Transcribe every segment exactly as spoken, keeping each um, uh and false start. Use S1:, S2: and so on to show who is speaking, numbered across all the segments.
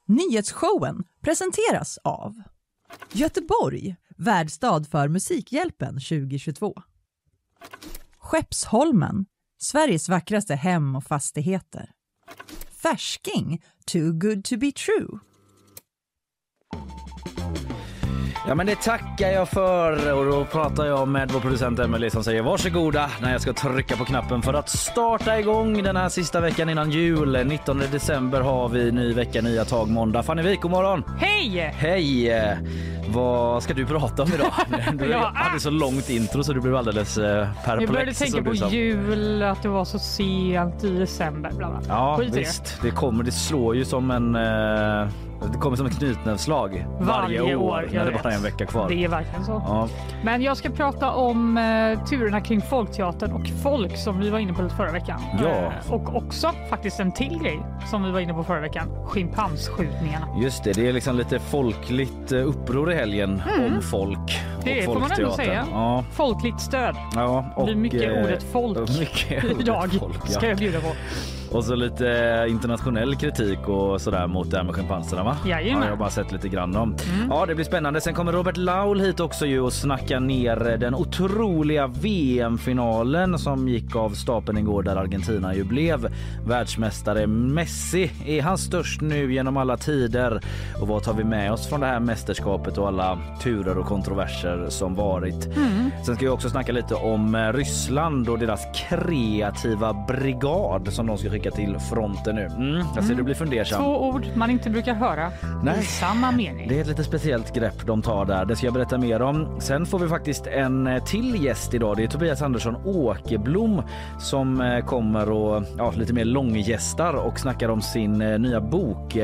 S1: Nyhetsshowen presenteras av Göteborg, värdstad för Musikhjälpen tjugohundratjugotvå. Skeppsholmen, Sveriges vackraste hem och fastigheter. Färsking, too good to be true.
S2: Ja, men det tackar jag för, och då pratar jag med vår producent Emily som säger varsågoda när jag ska trycka på knappen för att starta igång den här sista veckan innan jul. nittonde december har vi ny vecka, nya tag, måndag. Fanny Wik, god morgon.
S3: Hej!
S2: Hej! Vad ska du prata om idag? Du
S3: ja,
S2: hade så långt intro så du blev alldeles eh, perplex.
S3: Jag började tänka på jul, att det var så sent i december. Bla bla.
S2: Ja, visst. Det kommer, det slår ju som en... Eh, Det kommer som ett knytnävsslag varje, varje år, år när det bara är en vecka kvar.
S3: Det är verkligen så.
S2: Ja.
S3: Men jag ska prata om eh, turerna kring Folkteatern och folk som vi var inne på lite förra veckan.
S2: Ja.
S3: Eh, och också faktiskt en till grej som vi var inne på förra veckan. Schimpansskjutningarna.
S2: Just det, det är liksom lite folkligt uppror i helgen mm. om folk.
S3: Det får man ändå säga.
S2: Ja.
S3: Folkligt stöd.
S2: Ja, och
S3: det blir mycket ordet folk
S2: mycket
S3: idag
S2: ordet folk, ja.
S3: Ska jag bjuda på.
S2: Och så lite internationell kritik och sådär mot det här med schimpanserna, va?
S3: Jajamän.
S2: Ja, jag har bara sett lite grann om.
S3: Mm.
S2: Ja, det blir spännande. Sen kommer Robert Laul hit också ju och snacka ner den otroliga V M-finalen som gick av stapeln igår där Argentina ju blev världsmästare. Messi, är han störst nu genom alla tider? Och vad tar vi med oss från det här mästerskapet och alla turer och kontroverser som varit?
S3: Mm.
S2: Sen ska vi också snacka lite om Ryssland och deras kreativa brigad som de ska skicka till fronten nu. Mm, jag ser
S3: mm.
S2: det blir fundersam.
S3: Två ord man inte brukar höra. Nej. I samma mening.
S2: Det är ett lite speciellt grepp de tar där. Det ska jag berätta mer om. Sen får vi faktiskt en till gäst idag. Det är Tobias Andersson Åkerblom som kommer och ja, lite mer långgästar och snackar om sin nya bok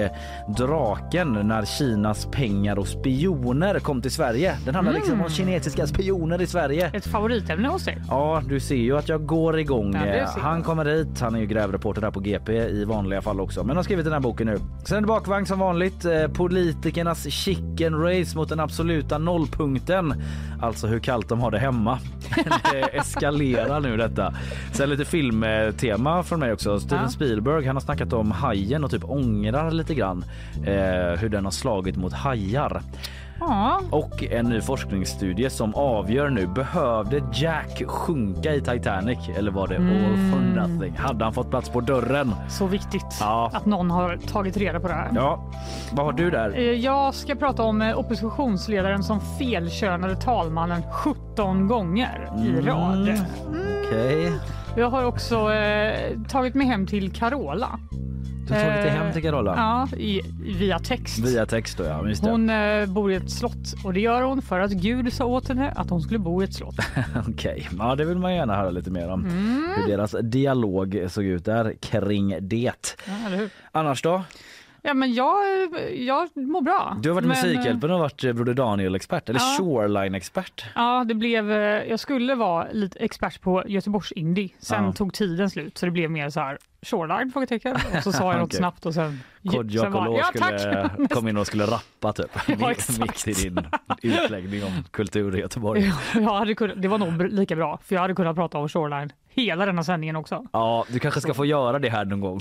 S2: Draken, när Kinas pengar och spioner kom till Sverige. Den handlar mm. liksom om kinesiska spioner i Sverige.
S3: Ett favoritämne hos dig.
S2: Ja, du ser ju att jag går igång.
S3: Ja,
S2: han kommer hit. Han är ju grävreporter där på G P i vanliga fall också. Men han har skrivit den här boken nu. Sen är det bakvagn som vanligt. Eh, politikernas chicken race mot den absoluta nollpunkten. Alltså hur kallt de har det hemma. Det eskalerar nu detta. Sen lite filmtema från mig också. Steven ja. Spielberg, han har snackat om Hajen och typ ångrar lite grann eh, hur den har slagit mot hajar.
S3: Ja.
S2: Och en ny forskningsstudie som avgör nu, behövde Jack sjunka i Titanic eller var det mm. all for nothing? Hade han fått plats på dörren?
S3: Så viktigt
S2: ja.
S3: att någon har tagit reda på det här.
S2: Ja, vad har du där?
S3: Jag ska prata om oppositionsledaren som felkönade talmannen sjutton gånger i
S2: mm.
S3: rad. Mm.
S2: Okej. Okay.
S3: Jag har också eh, tagit mig hem till Carola.
S2: Du tog lite hem till Carola?
S3: Ja, i, via text.
S2: Via text då, ja. Just det.
S3: Hon eh, bor i ett slott och det gör hon för att Gud sa åt henne att hon skulle bo i ett slott.
S2: Okej, okay. Ja, det vill man gärna höra lite mer om.
S3: Mm.
S2: Hur deras dialog såg ut där kring det.
S3: Ja, eller hur?
S2: Annars då?
S3: Ja, men jag, jag mår bra.
S2: Du har varit
S3: men,
S2: Musikhjälpen och varit Broder Daniel-expert, eller
S3: ja.
S2: Shoreline-expert.
S3: Ja, det blev, jag skulle vara lite expert på Göteborgs Indie. Sen
S2: ja.
S3: tog tiden slut så det blev mer så här Shoreline, frågetecken. Och så sa jag okay. något snabbt och sen...
S2: Kodjo Kolor
S3: ja,
S2: skulle kom in och skulle rappa typ.
S3: Ja,
S2: mitt i din utläggning om kultur i Göteborg.
S3: Ja, jag hade kunnat, det var nog lika bra, för jag hade kunnat prata om Shoreline hela denna sändningen också.
S2: Ja, du kanske ska få göra det här någon gång.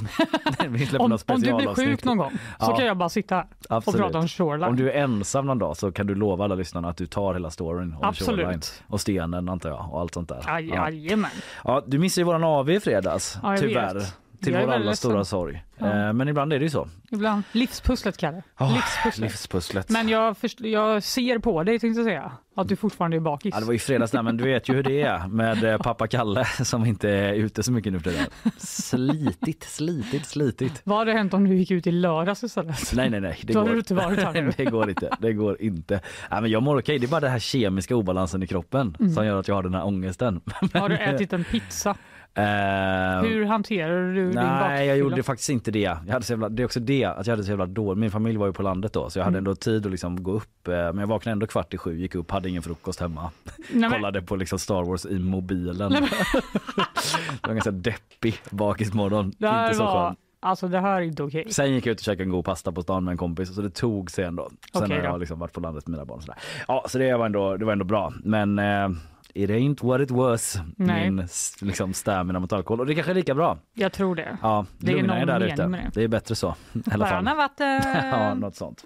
S3: om, om du blir sjuk någon gång så ja. kan jag bara sitta här och prata om Shoreline.
S2: Om du är ensam någon dag så kan du lova alla lyssnarna att du tar hela storyn om
S3: Absolut.
S2: Shoreline och stenen antar jag och allt sånt där.
S3: Aj, ja. Jajamän.
S2: Ja, du missade ju våran A V i fredags,
S3: ja,
S2: tyvärr.
S3: Vet.
S2: Till vår alla stora sorg. Ja. Men ibland är det ju så.
S3: Ibland. Livspusslet, Kalle.
S2: Oh,
S3: livspusslet.
S2: livspusslet.
S3: Men jag, först, jag ser på dig, tänkte jag säga, att du fortfarande är bakis.
S2: Ja, det var ju fredags där, men du vet ju hur det är med pappa Kalle som inte är ute så mycket nu för det. Slitigt, slitigt, slitigt.
S3: Vad hade hänt om du gick ut i lördags istället?
S2: Nej, nej, nej. Det,
S3: går...
S2: går...
S3: inte varit här nu.
S2: det går inte. Det går inte. Ja, men jag mår okej. Det är bara den här kemiska obalansen i kroppen mm. som gör att jag har den här ångesten.
S3: Har du ätit en pizza?
S2: Uh,
S3: Hur hanterar du din bakfylla?
S2: Nej, jag gjorde faktiskt inte det. Jag hade så jävla, det är också det att jag hade så jävla dåligt. Min familj var ju på landet då så jag hade mm. ändå tid att liksom gå upp. Men jag vaknade ändå kvart i sju, gick upp, hade ingen frukost hemma. Nej, kollade men... på liksom Star Wars i mobilen. Nej, men... det var ganska deppig bakismorgon.
S3: Det här inte var... Alltså det här är inte okej. Okay.
S2: Sen gick jag ut och käkade en god pasta på stan med en kompis så det tog sig ändå. Sen okay, har jag liksom varit på landet med mina barn. Sådär. Ja, så det var ändå, det var ändå bra. Men... Eh... It ain't what it was.
S3: Nej.
S2: Min liksom stamina mot alkohol. Och det kanske är lika bra.
S3: Jag tror det.
S2: Ja,
S3: det är
S2: lugna
S3: någon
S2: er där
S3: mening
S2: ute.
S3: med det.
S2: Det är bättre så. I alla fall.
S3: Varannan vatten.
S2: Ja, något sånt.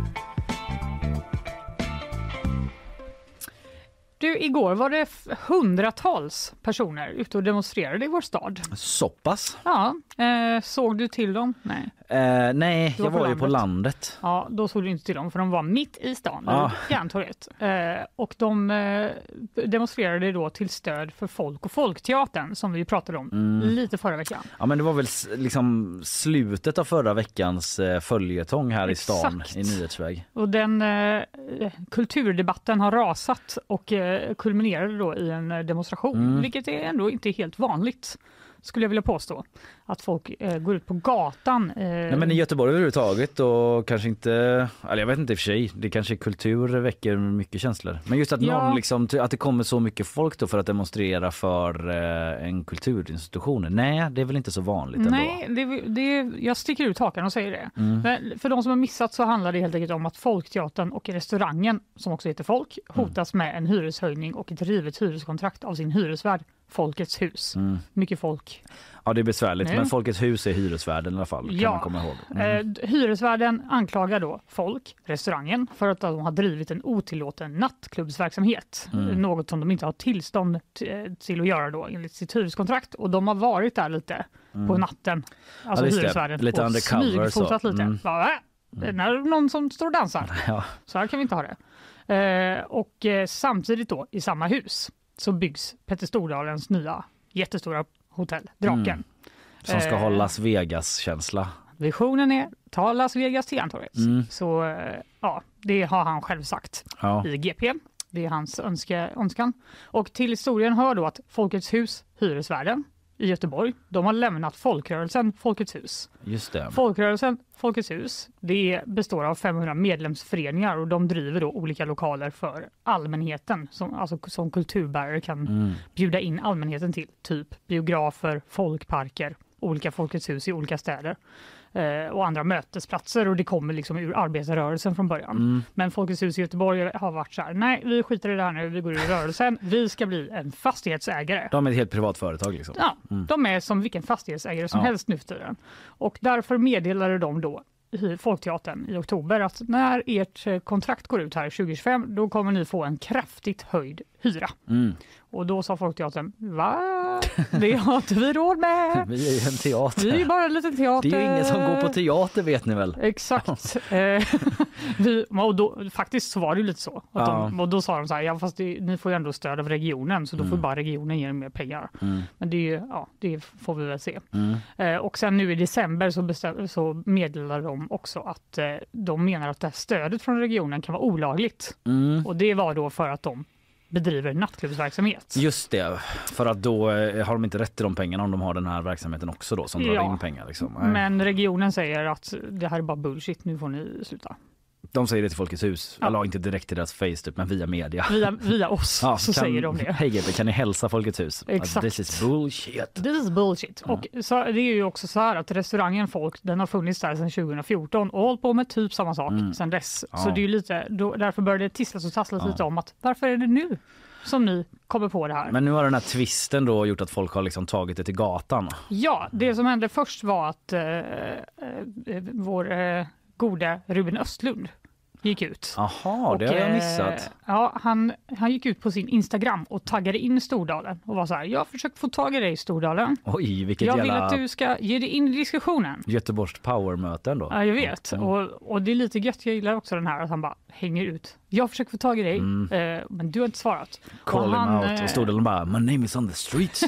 S3: Du, igår var det hundratals personer ute och demonstrerade i vår stad.
S2: Så pass?
S3: Ja, eh, såg du till dem? Nej.
S2: Eh, nej,
S3: var
S2: jag
S3: på
S2: var ju
S3: landet.
S2: på landet.
S3: Ja, då såg du inte till dem för de var mitt i stan,
S2: Ja.
S3: i Järntorget. Eh, och de eh, demonstrerade då till stöd för Folk och Folkteatern som vi pratade om
S2: Mm.
S3: lite förra veckan.
S2: Ja, men det var väl s- liksom slutet av förra veckans eh, följetong här
S3: Exakt.
S2: i stan i Nyhetsväg.
S3: Och den eh, kulturdebatten har rasat och eh, kulminerade då i en eh, demonstration,
S2: Mm.
S3: vilket är ändå inte helt vanligt, skulle jag vilja påstå. Att folk eh, går ut på gatan. Eh,
S2: Nej, men i Göteborg överhuvudtaget och kanske inte, eller jag vet inte i och för sig, det kanske kultur väcker mycket känslor. Men just att
S3: Ja.
S2: någon liksom, att det kommer så mycket folk då för att demonstrera för eh, en kulturinstitution. Nej, det är väl inte så vanligt ändå.
S3: Nej, det, det, jag sticker ut hakan och säger det.
S2: Mm.
S3: Men för de som har missat så handlar det helt enkelt om att Folkteatern och restaurangen, som också heter Folk, hotas med en hyreshöjning och ett rivet hyreskontrakt av sin hyresvärd Folkets hus.
S2: Mm.
S3: Mycket folk.
S2: Ja, det är besvärligt,
S3: Nu.
S2: men Folkets hus är hyresvärden i alla fall, kan
S3: Ja.
S2: man komma ihåg. Mm.
S3: Eh, hyresvärden anklagar då Folk, restaurangen, för att de har drivit en otillåten nattklubbsverksamhet.
S2: Mm.
S3: Något som de inte har tillstånd t- till att göra då enligt sitt hyreskontrakt. Och de har varit där lite på natten, alltså
S2: just det.
S3: hyresvärden,
S2: Lite
S3: och
S2: undercover,
S3: smygfotat
S2: så.
S3: lite.
S2: Mm.
S3: Bara, äh, det är någon som står och dansar.
S2: Ja.
S3: Så här kan vi inte ha det. Eh, och eh, samtidigt då i samma hus så byggs Petter Stordalens nya jättestora hotell, Draken.
S2: Mm. Som ska
S3: Eh,
S2: ha Las Vegas-känsla.
S3: Visionen är ta Las Vegas till Järntorget.
S2: Mm.
S3: Så eh, ja, det har han själv sagt
S2: Ja.
S3: i G P. Det är hans önske, önskan. Och till historien hör då att Folkets hus, hyresvärden i Göteborg, de har lämnat folkrörelsen Folkets hus.
S2: Just det.
S3: Folkrörelsen Folkets hus, det består av femhundra medlemsföreningar och de driver då olika lokaler för allmänheten som, alltså, som kulturbärare kan
S2: Mm.
S3: bjuda in allmänheten till. Typ biografer, folkparker, olika Folkets hus i olika städer eh, och andra mötesplatser, och det kommer liksom ur arbetarrörelsen från början.
S2: Mm.
S3: Men Folkets hus i Göteborg har varit så här: nej, vi skiter i det här nu, vi går ur rörelsen, vi ska bli en fastighetsägare.
S2: De är ett helt privat företag liksom.
S3: Ja,
S2: Mm.
S3: de är som vilken fastighetsägare som
S2: Ja.
S3: helst nu för tiden. Och därför meddelade de då i Folkteatern i oktober att när ert eh, kontrakt går ut här tjugo tjugofem, då kommer ni få en kraftigt höjd hyra.
S2: Mm.
S3: Och då sa Folkteatern, va? Det har inte vi råd med.
S2: Vi är ju en teater.
S3: Vi är ju bara en liten teater.
S2: Det är ju ingen som går på teater, vet ni väl?
S3: Exakt. Eh, vi, och då, faktiskt så var det ju lite så. Att
S2: Ja.
S3: de, och då sa de så här, ja, fast det, ni får ju ändå stöd av regionen, så då får bara regionen ge er mer pengar.
S2: Mm.
S3: Men det, är ju, ja, det får vi väl se.
S2: Mm.
S3: Eh, och sen nu i december så, bestäm, så meddelar de också att eh, de menar att det här stödet från regionen kan vara olagligt.
S2: Mm.
S3: Och det var då för att de bedriver nattklubbsverksamhet.
S2: Just det, för att då eh, har de inte rätt till de pengarna om de har den här verksamheten också då som drar
S3: Ja.
S2: in pengar. Liksom. Nej.
S3: Men regionen säger att det här är bara bullshit, nu får ni sluta.
S2: De säger det till Folkets hus,
S3: Ja.
S2: eller inte direkt till deras face typ, men via media.
S3: Via, via oss
S2: Ja,
S3: så
S2: kan,
S3: säger de det.
S2: Hej G P, kan ni hälsa Folkets hus?
S3: Exakt.
S2: Att this is bullshit.
S3: This is bullshit. Och så, det är ju också så här att restaurangen Folk, den har funnits där sedan tjugo fjorton och hållit på med typ samma sak
S2: Mm.
S3: sedan dess.
S2: Ja.
S3: Så det är ju lite, då, därför börjar det tisslas och tasslas
S2: Ja.
S3: lite om att varför är det nu som ni kommer på det här?
S2: Men nu har den här twisten då gjort att folk har liksom tagit det till gatan.
S3: Ja, det som hände först var att eh, eh, vår eh, goda Ruben Östlund gick ut.
S2: Jaha, det har
S3: Och,
S2: jag
S3: eh,
S2: missat.
S3: Ja, han, han gick ut på sin Instagram och taggade in Stordalen och var så här: jag har försökt få tag i dig Stordalen.
S2: Oj, vilket
S3: Jag vill
S2: jävla
S3: att du ska ge dig in i diskussionen.
S2: Göteborgs powermöte ändå.
S3: Ja, jag vet.
S2: Mm.
S3: Och, och det är lite gött. Jag gillar också den här att han bara hänger ut. Jag försöker få tag i dig,
S2: Mm.
S3: eh, men du har inte svarat.
S2: Call
S3: och
S2: him
S3: han,
S2: out
S3: eh,
S2: och Stordalen bara, my name is on the streets.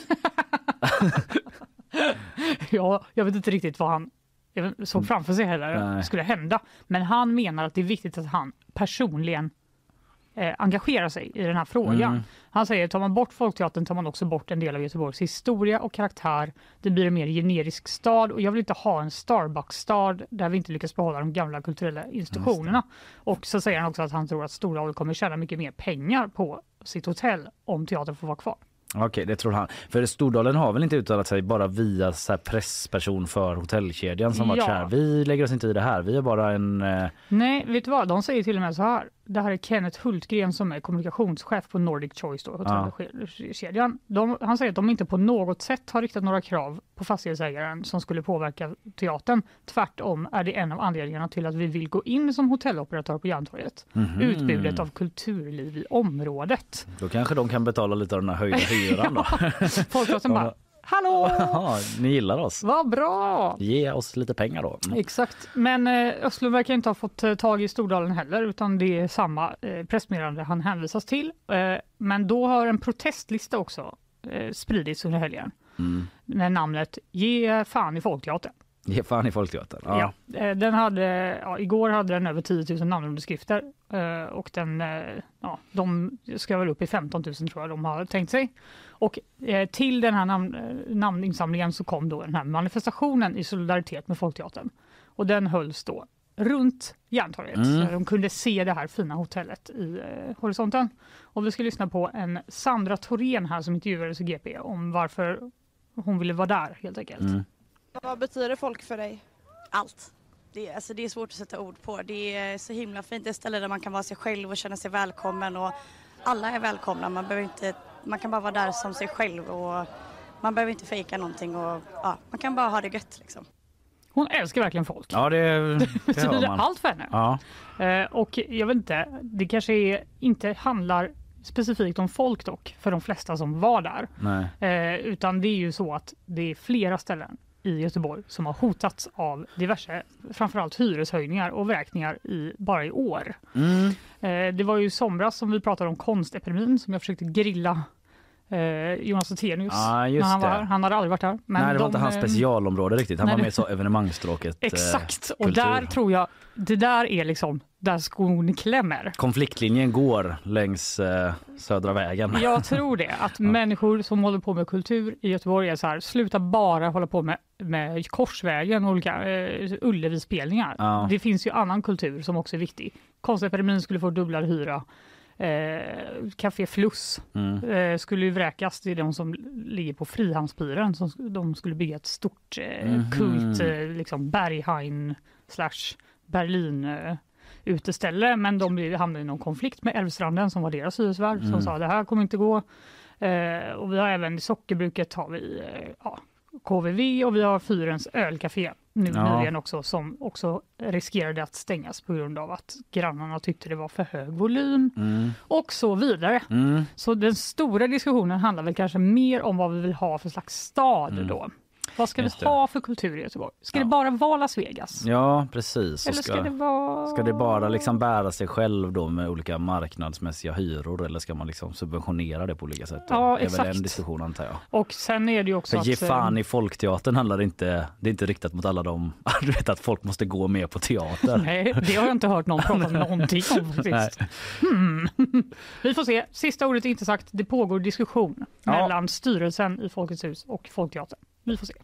S3: Ja, jag vet inte riktigt vad han såg framför sig heller
S2: Nej.
S3: skulle hända. Men han menar att det är viktigt att han personligen eh, engagerar sig i den här frågan.
S2: Mm.
S3: Han säger, tar man bort Folkteatern tar man också bort en del av Göteborgs historia och karaktär. Det blir en mer generisk stad och jag vill inte ha en Starbucks-stad där vi inte lyckas behålla de gamla kulturella institutionerna. Och så säger han också att han tror att Stordalen kommer tjäna mycket mer pengar på sitt hotell om teatern får vara kvar.
S2: Okej, det tror han. För Stordalen har väl inte uttalat sig bara via så här pressperson för hotellkedjan som varit
S3: Ja.
S2: så här, vi lägger oss inte i det här, vi är bara en... Eh...
S3: Nej, vet du vad? De säger till och med så här. det här är Kenneth Hultgren som är kommunikationschef på Nordic Choice, då, hotellkedjan. De, han säger att de inte på något sätt har riktat några krav på fastighetsägaren som skulle påverka teatern. Tvärtom är det en av anledningarna till att vi vill gå in som hotelloperatör på Järntorget. Mm-hmm. Utbudet av kulturliv i området.
S2: Då kanske de kan betala lite av den här höjda hyran då.
S3: Folklossen bara, hallå!
S2: Ja, ni gillar oss.
S3: Vad bra!
S2: Ge oss lite pengar då.
S3: Mm. Exakt. Men eh, Östlund verkar inte ha fått eh, tag i Stordalen heller, utan det är samma eh, pressmeddelande han hänvisas till. Eh, men då har en protestlista också eh, spridits under helgen. Mm. Med namnet Ge fan i Folkteatern.
S2: Ge fan i Folkteatern. Ja.
S3: Ja, eh, den hade, ja, igår hade den över tio tusen namnunderskrifter eh, och den, eh, ja, de ska väl upp i femton tusen tror jag de har tänkt sig. Och eh, till den här namn, namninsamlingen så kom då den här manifestationen i solidaritet med Folkteatern. Och den hölls då runt Järntorget. Mm. Så de kunde se det här fina hotellet i eh, horisonten. Och vi ska lyssna på en Sandra Thorén här som intervjuades i G P om varför hon ville vara där helt enkelt. Mm.
S4: Vad betyder folk för dig?
S5: Allt. Det är, alltså, det är svårt att sätta ord på. Det är så himla fint. Det är ett ställe där man kan vara sig själv och känna sig välkommen. Och alla är välkomna. Man, behöver inte, man kan bara vara där som sig själv. Och man behöver inte fejka någonting. Och, ja, man kan bara ha det gött. Liksom.
S3: Hon älskar verkligen folk.
S2: Ja, det, det
S3: betyder allt för henne.
S2: Ja.
S3: Eh, och jag vet inte, det kanske är, inte handlar specifikt om folk dock för de flesta som var där. Eh, utan det är ju så att det är flera ställen i Göteborg som har hotats av diverse, framförallt hyreshöjningar och vräkningar i, bara i år. Mm. Eh, det var ju somras som vi pratade om konstepidemin som jag försökte grilla eh, Jonas Attenius.
S2: Ah, just
S3: han,
S2: det.
S3: var, han hade aldrig varit där. Men
S2: nej, det var
S3: de,
S2: inte hans specialområde riktigt. Han
S3: nej,
S2: var med så evenemangsstråket.
S3: Exakt,
S2: eh,
S3: och där tror jag, det där är liksom där skon klämmer.
S2: Konfliktlinjen går längs eh, Södra vägen.
S3: Jag tror det, att ja. Människor som håller på med kultur i Göteborg är så här, sluta bara hålla på med, med Korsvägen och olika eh, Ullevi-spelningar. Ja. Det finns ju annan kultur som också är viktig. Konstepidemin skulle få dubblad hyra. Eh, Café Fluss mm. eh, skulle ju vräkas. Det är de som ligger på Frihamnspiren som de skulle bygga ett stort eh, mm. kult eh, liksom Berghain slash Berlin eh, uteställe, men de hamnade i någon konflikt med Älvstranden som var deras hyresvärd mm. som sa det här kommer inte gå. Eh, och vi har även i Sockerbruket har vi eh, ja, K V V och vi har Fyrens ölcafé nu ja. nyligen också som också riskerade att stängas på grund av att grannarna tyckte det var för hög volym mm. och så vidare. Mm. Så den stora diskussionen handlar väl kanske mer om vad vi vill ha för slags stad mm. då. Vad ska Just vi ha för kultur i Göteborg? Ska ja. det bara vara Las Vegas?
S2: Ja, precis.
S3: Eller ska, ska, det, vara...
S2: ska det bara liksom bära sig själv då med olika marknadsmässiga hyror eller ska man liksom subventionera det på olika sätt? Då?
S3: Ja,
S2: det är
S3: exakt.
S2: väl en diskussion antar jag.
S3: Och sen är det ju också
S2: för
S3: att...
S2: Ge fan i Folkteatern handlar inte, det är inte riktat mot alla dem. Du vet att folk måste gå med på teater.
S3: Nej, det har jag inte hört någon prata om någonting om faktiskt. Hmm. Vi får se. Sista ordet är inte sagt. Det pågår diskussion ja. mellan styrelsen i Folkets hus och Folkteatern. Vi får se.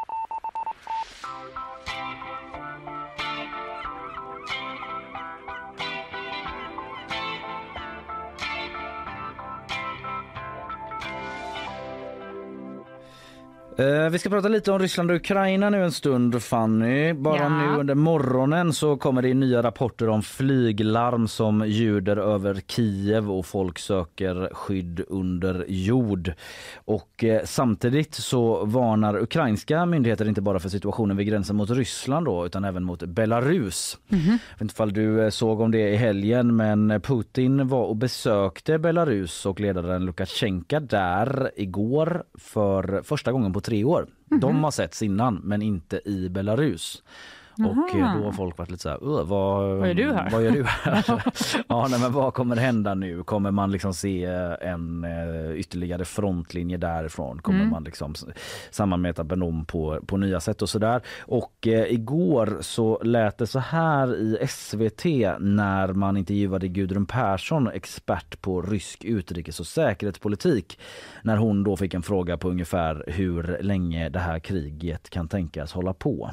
S2: Vi ska prata lite om Ryssland och Ukraina nu en stund, Fanny. Bara ja. nu under morgonen så kommer det nya rapporter om flyglarm som ljuder över Kiev och folk söker skydd under jord. Och eh, samtidigt så varnar ukrainska myndigheter inte bara för situationen vid gränsen mot Ryssland då, utan även mot Belarus. Mm-hmm. Jag vet inte ifall du såg om det i helgen, men Putin var och besökte Belarus och ledaren Lukasjenko där igår för första gången på tre år. Mm-hmm. De har setts innan men inte i Belarus. Och Aha. då har folk varit lite så här, vad,
S3: vad är du här?
S2: Vad gör du här? ja, nej, men vad kommer hända nu? Kommer man liksom se en ytterligare frontlinje därifrån? Kommer mm. man liksom samarbeta med dem på, på nya sätt och sådär? Och eh, igår så lät det så här i S V T när man intervjuade Gudrun Persson, expert på rysk utrikes- och säkerhetspolitik, när hon då fick en fråga på ungefär hur länge det här kriget kan tänkas hålla på.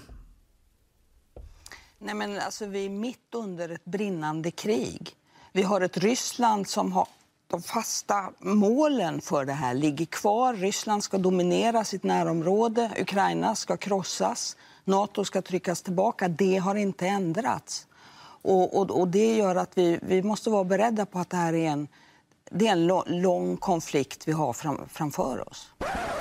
S6: Nej, men alltså, vi är mitt under ett brinnande krig. Vi har ett Ryssland som har de fasta målen för det här ligger kvar. Ryssland ska dominera sitt närområde. Ukraina ska krossas. NATO ska tryckas tillbaka. Det har inte ändrats. Och, och, och det gör att vi, vi måste vara beredda på att det här är en, det är en lång, lång konflikt vi har fram, framför oss.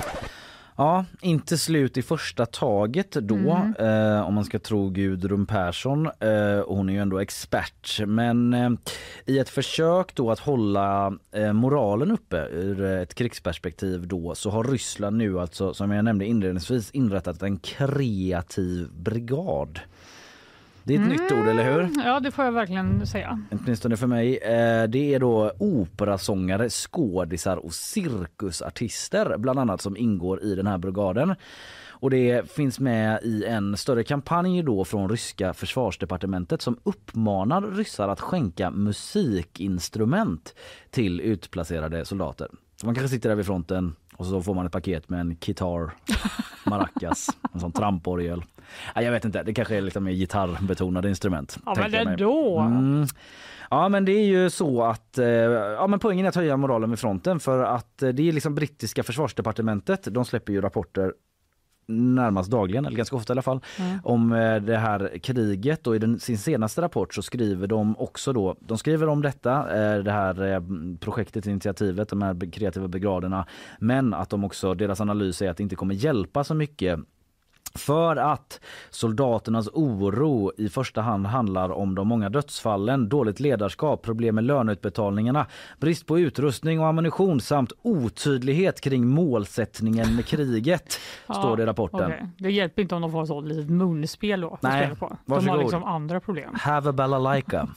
S2: Ja, inte slut i första taget då, mm. eh, om man ska tro Gudrun Persson. Eh, hon är ju ändå expert. Men eh, i ett försök då att hålla eh, moralen uppe ur ett krigsperspektiv då, så har Ryssland nu alltså, som jag nämnde inledningsvis, inrättat en kreativ brigad. Det är ett mm. nytt ord, eller hur?
S3: Ja, det får jag verkligen säga.
S2: Åtminstone för mig. Det är då operasångare, skådisar och cirkusartister bland annat som ingår i den här brigaden. Och det finns med i en större kampanj då från ryska försvarsdepartementet som uppmanar ryssar att skänka musikinstrument till utplacerade soldater. Så man kanske sitter där vid fronten och så får man ett paket med en gitarr, maracas, en sån tramporgel. Ja, jag vet inte, det kanske är lite mer gitarrbetonade instrument.
S3: Ja, men det då?
S2: Mm. Ja, men det är ju så att ja, men poängen är att höja moralen vid fronten, för att det är liksom brittiska försvarsdepartementet, de släpper ju rapporter närmast dagligen, eller ganska ofta i alla fall, mm. om det här kriget, och i den, sin senaste rapport så skriver de också då, de skriver om detta, det här projektet, initiativet, de här kreativa brigaderna, men att de också, deras analys är att det inte kommer hjälpa så mycket, för att soldaternas oro i första hand handlar om de många dödsfallen, dåligt ledarskap, problem med löneutbetalningarna, brist på utrustning och ammunition samt otydlighet kring målsättningen med kriget, ja, står det i rapporten. Okay.
S3: Det hjälper inte om de får ett sådant litet munspel då.
S2: Nej,
S3: på. De har liksom andra problem.
S2: Have a balalaika.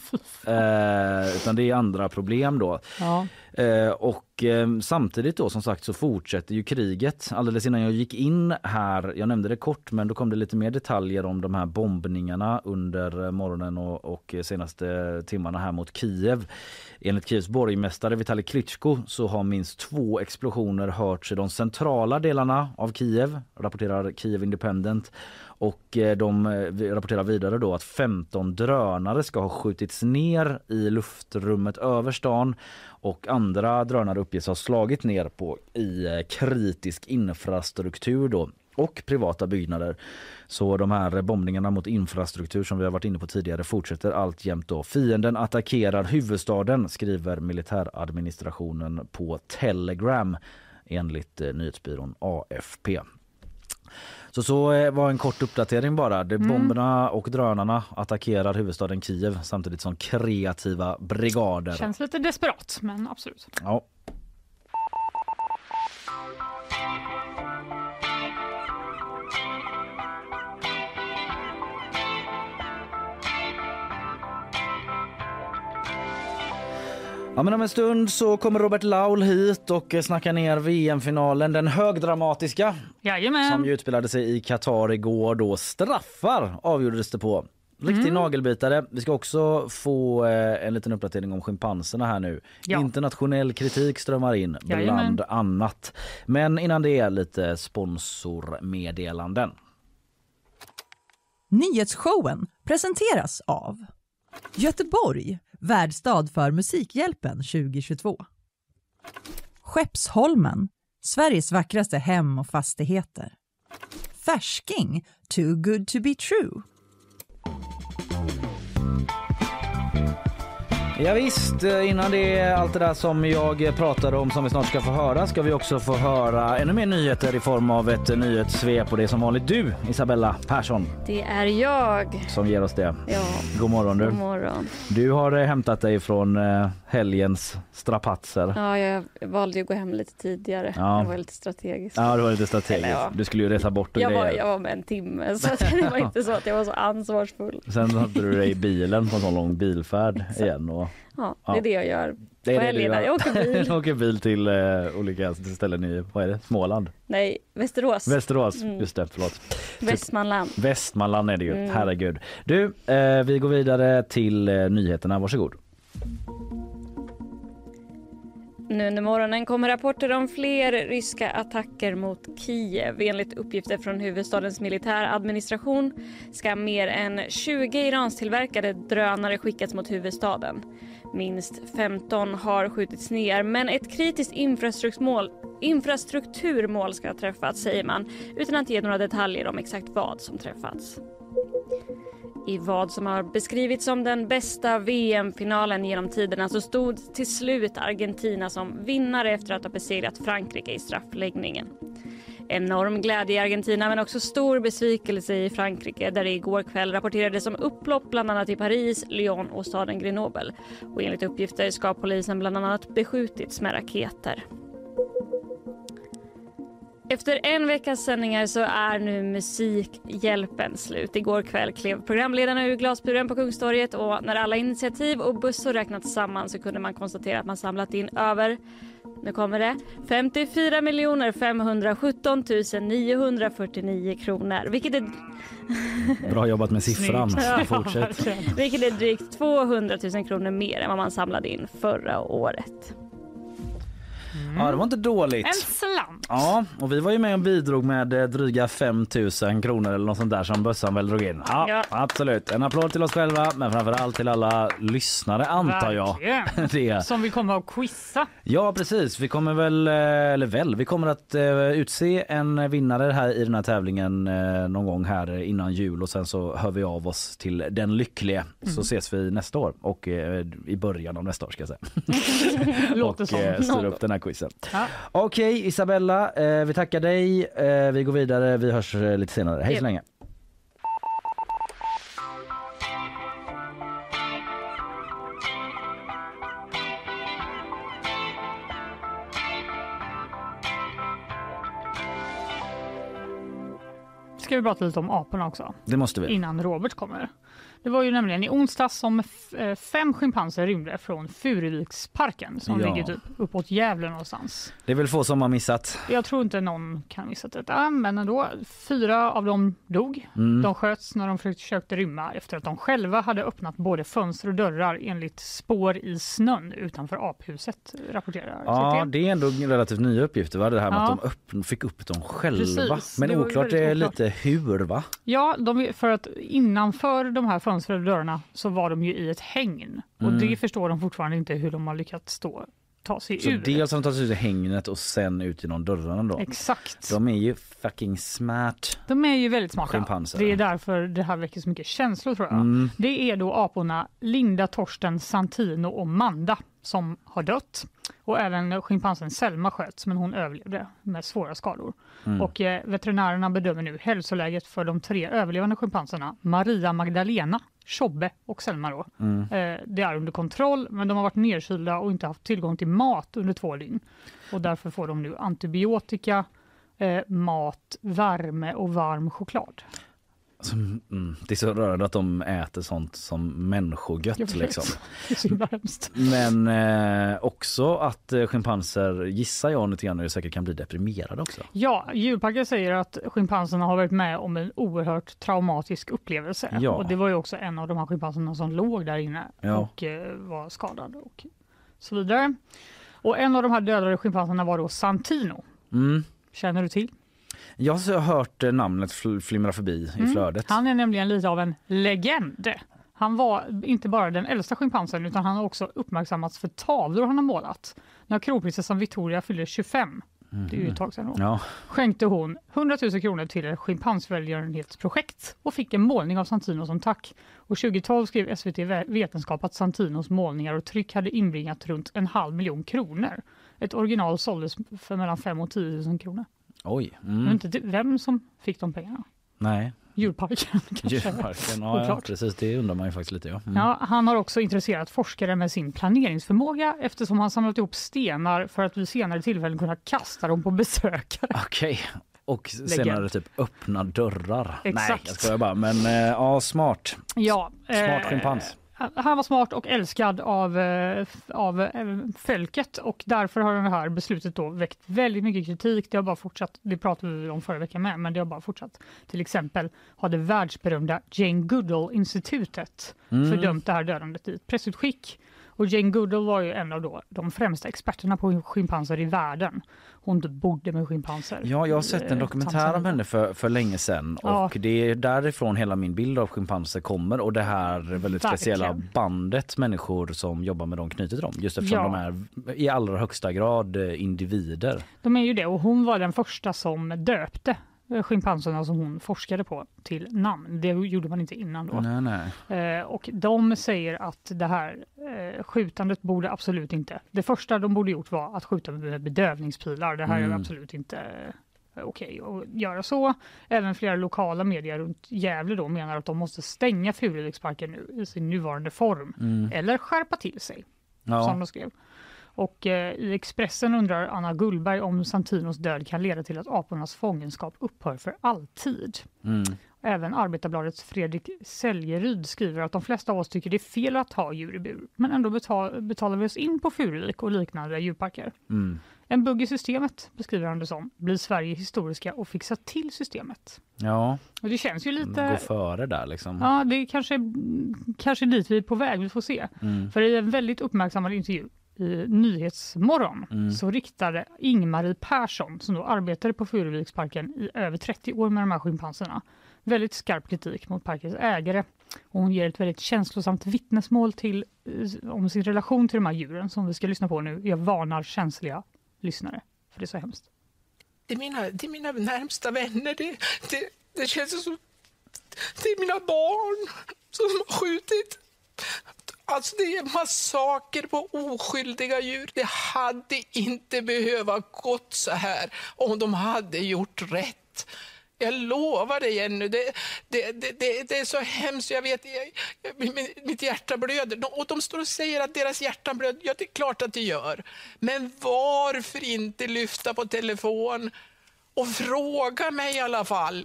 S2: eh, utan det är andra problem då.
S3: Ja.
S2: Eh, och eh, samtidigt då som sagt så fortsätter ju kriget. Alldeles innan jag gick in här, jag nämnde det kort, men då kom det lite mer detaljer om de här bombningarna under morgonen och, och senaste timmarna här mot Kiev. Enligt Kievs borgmästare Vitali Klitschko så har minst två explosioner hörts i de centrala delarna av Kiev, rapporterar Kiev Independent. Och de rapporterar vidare då att femton drönare ska ha skjutits ner i luftrummet över stan, och andra drönare uppges ha slagit ner på i kritisk infrastruktur då, och privata byggnader. Så de här bombningarna mot infrastruktur som vi har varit inne på tidigare fortsätter alltjämt då. Fienden attackerar huvudstaden, skriver militäradministrationen på Telegram enligt nyhetsbyrån A F P. Så så var en kort uppdatering bara. De bomberna mm. och drönarna attackerar huvudstaden Kiev samtidigt som kreativa brigader.
S3: Känns lite desperat, men absolut.
S2: Ja. Ja, men om en stund så kommer Robert Laul hit och snackar ner V M-finalen, den högdramatiska.
S3: Jajamän.
S2: Som ju utspelade sig i Qatar igår då. Straffar avgjordes det på. Riktig mm. nagelbitare. Vi ska också få eh, en liten uppdatering om schimpanserna här nu. Ja. Internationell kritik strömmar in, bland Jajamän. annat. Men innan det är lite sponsormeddelanden.
S1: Nyhetsshowen presenteras av Göteborg, värdstad för Musikhjälpen tjugohundratjugotvå. Skeppsholmen, Sveriges vackraste hem och fastigheter. Färsking, too good to be true.
S2: Ja, visst, innan det är allt det där som jag pratade om som vi snart ska få höra, ska vi också få höra ännu mer nyheter i form av ett nyhetssvep, och det är som vanligt du, Isabella Persson.
S7: Det är jag.
S2: Som ger oss det.
S7: Ja.
S2: God morgon du.
S7: God morgon.
S2: Du har hämtat dig från helgens strapatser.
S7: Ja, jag valde ju att gå hem lite tidigare.
S2: Ja.
S7: Det var lite strategiskt.
S2: Ja, det var lite strategiskt. Eller, ja. Du skulle ju resa bort och
S7: jag
S2: grejer.
S7: var, jag var med en timme, så det var inte så att jag var så ansvarsfull.
S2: Sen hade du dig i bilen på en sån lång bilfärd igen. Och,
S7: ja, det är ja. det jag gör.
S2: Det är
S7: det du gör. Jag åker bil.
S2: Jag åker bil till uh, olika ställen i, vad är det? Småland?
S7: Nej, Västerås.
S2: Västerås, mm. just det, förlåt.
S7: Västmanland.
S2: Västmanland är det ju, mm. herregud. Du, uh, vi går vidare till uh, nyheterna, varsågod.
S7: Nu under morgonen kommer rapporter om fler ryska attacker mot Kiev. Enligt uppgifter från huvudstadens militäradministration ska mer än tjugo iranstillverkade drönare skickats mot huvudstaden. Minst femton har skjutits ner, men ett kritiskt infrastrukturmål, infrastrukturmål ska ha träffats, säger man, utan att ge några detaljer om exakt vad som träffats. I vad som har beskrivits som den bästa V M-finalen genom tiderna så stod till slut Argentina som vinnare efter att ha besegrat Frankrike i straffläggningen. Enorm glädje i Argentina men också stor besvikelse i Frankrike där det igår kväll rapporterades om upplopp bland annat i Paris, Lyon och staden Grenoble. Och enligt uppgifter ska polisen bland annat beskjutits med raketer. Efter en veckas sändningar så är nu Musikhjälpen slut. Igår kväll klev programledarna ur glasburen på Kungstorget och när alla initiativ och bussar räknats samman så kunde man konstatera att man samlat in över, nu kommer det, femtiofyra miljoner femhundrasjutton tusen niohundrafyrtionio kronor. Vilket är...
S2: Bra jobbat med siffran.
S3: Ja,
S2: Fortsätt.
S7: Vilket är drygt tvåhundratusen kronor mer än vad man samlade in förra året.
S2: Mm. Ja, det var inte dåligt.
S3: En slant.
S2: Ja, och vi var ju med och bidrog med eh, dryga fem tusen kronor eller något sånt där som bössan väl drog in. Ja,
S7: Ja.
S2: absolut. En applåd till oss själva, men framförallt till alla lyssnare antar jag.
S3: Verkligen.
S2: Det.
S3: Som vi kommer att quizza.
S2: Ja, precis. Vi kommer väl, eh, eller väl, vi kommer att eh, utse en vinnare här i den här tävlingen eh, någon gång här innan jul och sen så hör vi av oss till den lyckliga.
S3: Mm.
S2: Så ses vi nästa år och eh, i början av nästa år ska jag säga.
S3: Låter
S2: och
S3: som
S2: eh, styr
S3: något.
S2: upp den här quizen.
S3: Ja.
S2: Okej, Isabella, eh, vi tackar dig. Eh, vi går vidare. Vi hörs eh, lite senare. Hej så länge.
S3: Ska vi prata lite om aporna också
S2: Det måste vi.
S3: innan Robert kommer. Det var ju nämligen i onsdags som f- eh, fem schimpanser rymde från Furuviksparken som
S2: Ja.
S3: ligger typ uppåt Gävle någonstans.
S2: Det är väl få som har missat.
S3: Jag tror inte någon kan missa detta, men ändå. Fyra av dem dog.
S2: Mm.
S3: De sköts när de försökte rymma efter att de själva hade öppnat både fönster och dörrar enligt spår i snön utanför aphuset, rapporterar
S2: Ja,
S3: S V T.
S2: det är ändå relativt nya uppgifter, va? Det här med
S3: Ja.
S2: att de öppn, fick upp dem själva.
S3: Precis,
S2: Men
S3: det var ju
S2: oklart
S3: väldigt
S2: är
S3: oklart.
S2: lite hur, va?
S3: Ja, de, för att innanför de här fönstren och dörrarna så var de ju i ett hägn. Och
S2: Mm.
S3: det förstår de fortfarande inte hur de har lyckats stå, ta sig
S2: Så
S3: ur.
S2: dels har de tagit ut i hängnet och sen ut genom dörrarna då.
S3: Exakt.
S2: De är ju fucking smart.
S3: De är ju väldigt smarta.
S2: Schimpanser.
S3: Det är därför det här väcker så mycket känslor, tror jag.
S2: Mm.
S3: Det är då aporna Linda, Torsten, Santino och Manda som har dött. Och även schimpansen Selma sköts, men hon överlevde med svåra skador.
S2: Mm.
S3: Och eh, veterinärerna bedömer nu hälsoläget för de tre överlevande schimpanserna, Maria Magdalena, Tjobbe och Selma då.
S2: Mm.
S3: Eh, det är under kontroll, men de har varit nedkylda och inte haft tillgång till mat under två dygn. Och därför får de nu antibiotika, eh, mat, värme och varm choklad.
S2: Alltså, mm, det är så rörande att de äter sånt som människogött
S3: Jag vet.
S2: liksom.
S3: Det är så himla hemskt.
S2: Men eh, också att eh, schimpanser, gissar jag lite grann, säkert kan bli deprimerade också.
S3: Ja, djurparker säger att schimpanserna har varit med om en oerhört traumatisk upplevelse.
S2: Ja.
S3: Och det var ju också en av de här schimpanserna som låg där inne
S2: Ja.
S3: och eh, var skadad och så vidare. Och en av de här dödade schimpanserna var då Santino.
S2: Mm.
S3: Känner du till?
S2: Jag har hört eh, namnet fl- flimra förbi i flödet.
S3: Han är nämligen lite av en legend. Han var inte bara den äldsta schimpansen utan han har också uppmärksammats för tavlor han har målat. När kronprinsessan Victoria fyllde tjugofem, det är ju ett tag sedan då,
S2: Ja.
S3: skänkte hon hundratusen kronor till ett schimpansvälgörenhetsprojekt och fick en målning av Santino som tack. Och tjugohundratolv skrev S V T Vetenskap att Santinos målningar och tryck hade inbringat runt en halv miljon kronor. Ett original såldes för mellan fem och tio tusen kronor.
S2: Oj.
S3: Jag vet
S2: Mm.
S3: inte till- vem som fick de pengarna.
S2: Nej.
S3: Djurparken kanske.
S2: Djurparken. Ja, ja,
S3: Oklart.
S2: precis. Det undrar man ju faktiskt lite. Ja. Mm.
S3: Ja, han har också intresserat forskare med sin planeringsförmåga eftersom han samlat ihop stenar för att vid senare tillfällen kunna kasta dem på besökare.
S2: Okej. Och senare typ öppna dörrar. Nej,
S3: Exakt.
S2: jag skojar bara. Men eh, ja, smart.
S3: Ja,
S2: Smart
S3: eh,
S2: schimpans.
S3: Han var smart och älskad av, eh, av eh, folket och därför har det här beslutet då väckt väldigt mycket kritik. Det har bara fortsatt, det pratade vi om förra veckan med, men det har bara fortsatt. Till exempel har det världsberömda Jane Goodall-institutet
S2: Mm.
S3: fördömt det här dödandet i ett pressutskick. Och Jane Goodall var ju en av då de främsta experterna på schimpanser i världen. Hon bodde med schimpanser.
S2: Ja, jag har sett en
S3: Eh,
S2: dokumentär om
S3: Tanzania.
S2: henne för, för länge sedan
S3: Ja.
S2: och det är därifrån hela min bild av schimpanser kommer och det här väldigt
S3: Verkligen.
S2: speciella bandet människor som jobbar med dem knyter till dem. Just eftersom
S3: Ja.
S2: de är i allra högsta grad eh, individer.
S3: De är ju det och hon var den första som döpte schimpanserna som hon forskade på till namn. Det gjorde man inte innan då.
S2: Nej, nej.
S3: Eh, och de säger att det här eh, skjutandet borde absolut inte. Det första de borde gjort var att skjuta med bedövningspilar. Det här
S2: Mm.
S3: är absolut inte eh, okej att göra så. Även flera lokala medier runt Gävle då menar att de måste stänga Furuviksparken nu i sin nuvarande form.
S2: Mm.
S3: Eller skärpa till sig,
S2: Ja.
S3: som de skrev. Och eh, i Expressen undrar Anna Gullberg om Santinos död kan leda till att apornas fångenskap upphör för alltid.
S2: Mm.
S3: Även Arbetarbladets Fredrik Säljeryd skriver att de flesta av oss tycker det är fel att ha djur i bur, men ändå betal- betalar vi oss in på Furuvik och liknande djurparker.
S2: Mm.
S3: En bugg i systemet, beskriver han det som, blir Sverige historiska och fixar till systemet.
S2: Ja,
S3: Och det känns ju lite...
S2: gå före där liksom.
S3: Ja, det är kanske, kanske dit vi är på väg, vi får se.
S2: Mm.
S3: För i en väldigt uppmärksammad intervju i Nyhetsmorgon
S2: Mm.
S3: så riktade Ingmarie Persson, som då arbetade på Furuviksparken i över trettio år med de här schimpanserna, väldigt skarp kritik mot parkens ägare. Och hon ger ett väldigt känslosamt vittnesmål till, eh, om sin relation till de här djuren som vi ska lyssna på nu. Jag varnar känsliga lyssnare, för det är så hemskt.
S8: Det är mina, det är mina närmsta vänner. Det, det, det känns som... Det är mina barn som har skjutit. Alltså det är massaker på oskyldiga djur. Det hade inte behöva gått så här om de hade gjort rätt. Jag lovar dig, Jenny, det, det, det, det, det är så hemskt. Jag vet, jag, jag, mitt hjärta blöder. De, och de står och säger att deras hjärtan blöder. Ja, det är klart att det gör. Men varför inte lyfta på telefon och fråga mig i alla fall?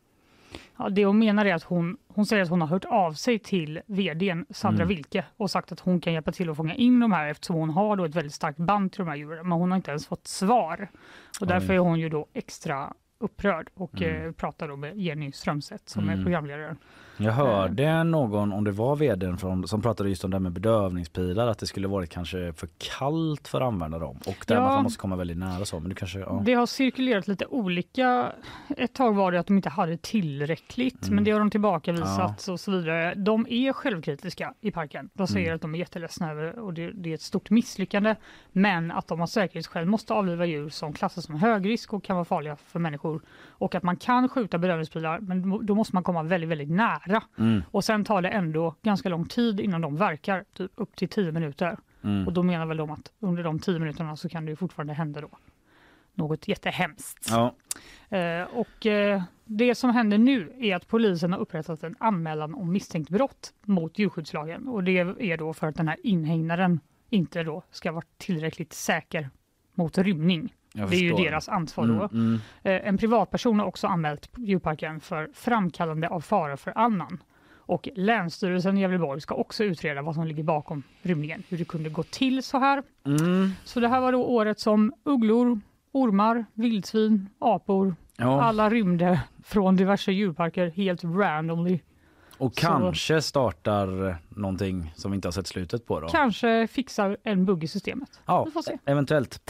S3: Ja, det hon menar är att hon, hon säger att hon har hört av sig till vdn Sandra
S2: Mm.
S3: Wilke och sagt att hon kan hjälpa till att fånga in de här eftersom hon har då ett väldigt starkt band till de här djuren. Men hon har inte ens fått svar. Och därför är hon ju då extra upprörd och
S2: Mm.
S3: eh, pratar då med Jenny Strömstedt som
S2: Mm.
S3: är programledare.
S2: Jag hörde någon, om det var vdn från, som pratade just om det här med bedövningspilar, att det skulle varit kanske för kallt för att använda dem och där
S3: Ja.
S2: man måste komma väldigt nära så, men du kanske ja.
S3: Det har cirkulerat lite olika. Ett tag var det att de inte hade tillräckligt,
S2: Mm.
S3: men det har de tillbakavisat och så vidare. De är självkritiska i parken. De säger
S2: Mm.
S3: att de är jätteledsna över och det, det är ett stort misslyckande, men att de av säkerhetsskäl måste avliva djur som klassas som högrisk och kan vara farliga för människor och att man kan skjuta bedövningspilar, men då måste man komma väldigt, väldigt nära.
S2: Mm.
S3: Och sen tar det ändå ganska lång tid innan de verkar, typ upp till tio minuter.
S2: Mm.
S3: Och då menar väl de att under de tio minuterna så kan det ju fortfarande hända då något jättehemskt.
S2: Ja.
S3: Eh, och eh, det som händer nu är att polisen har upprättat en anmälan om misstänkt brott mot djurskyddslagen. Och det är då för att den här inhägnaden inte då ska vara tillräckligt säker mot rymning.
S2: Jag
S3: Det är ju
S2: förstår.
S3: deras ansvar då.
S2: Mm, mm.
S3: Eh, En privatperson har också anmält djurparken för framkallande av fara för annan. Och Länsstyrelsen i Gävleborg ska också utreda vad som ligger bakom rymningen. Hur det kunde gå till så här.
S2: Mm.
S3: Så det här var då året som ugglor, ormar, vildsvin, apor,
S2: Ja.
S3: alla rymde från diverse djurparker helt randomly.
S2: Och
S3: Så-
S2: kanske startar någonting som vi inte har sett slutet på då.
S3: Kanske fixar en bugg i systemet.
S2: Ja,
S3: Vi får se.
S2: eventuellt.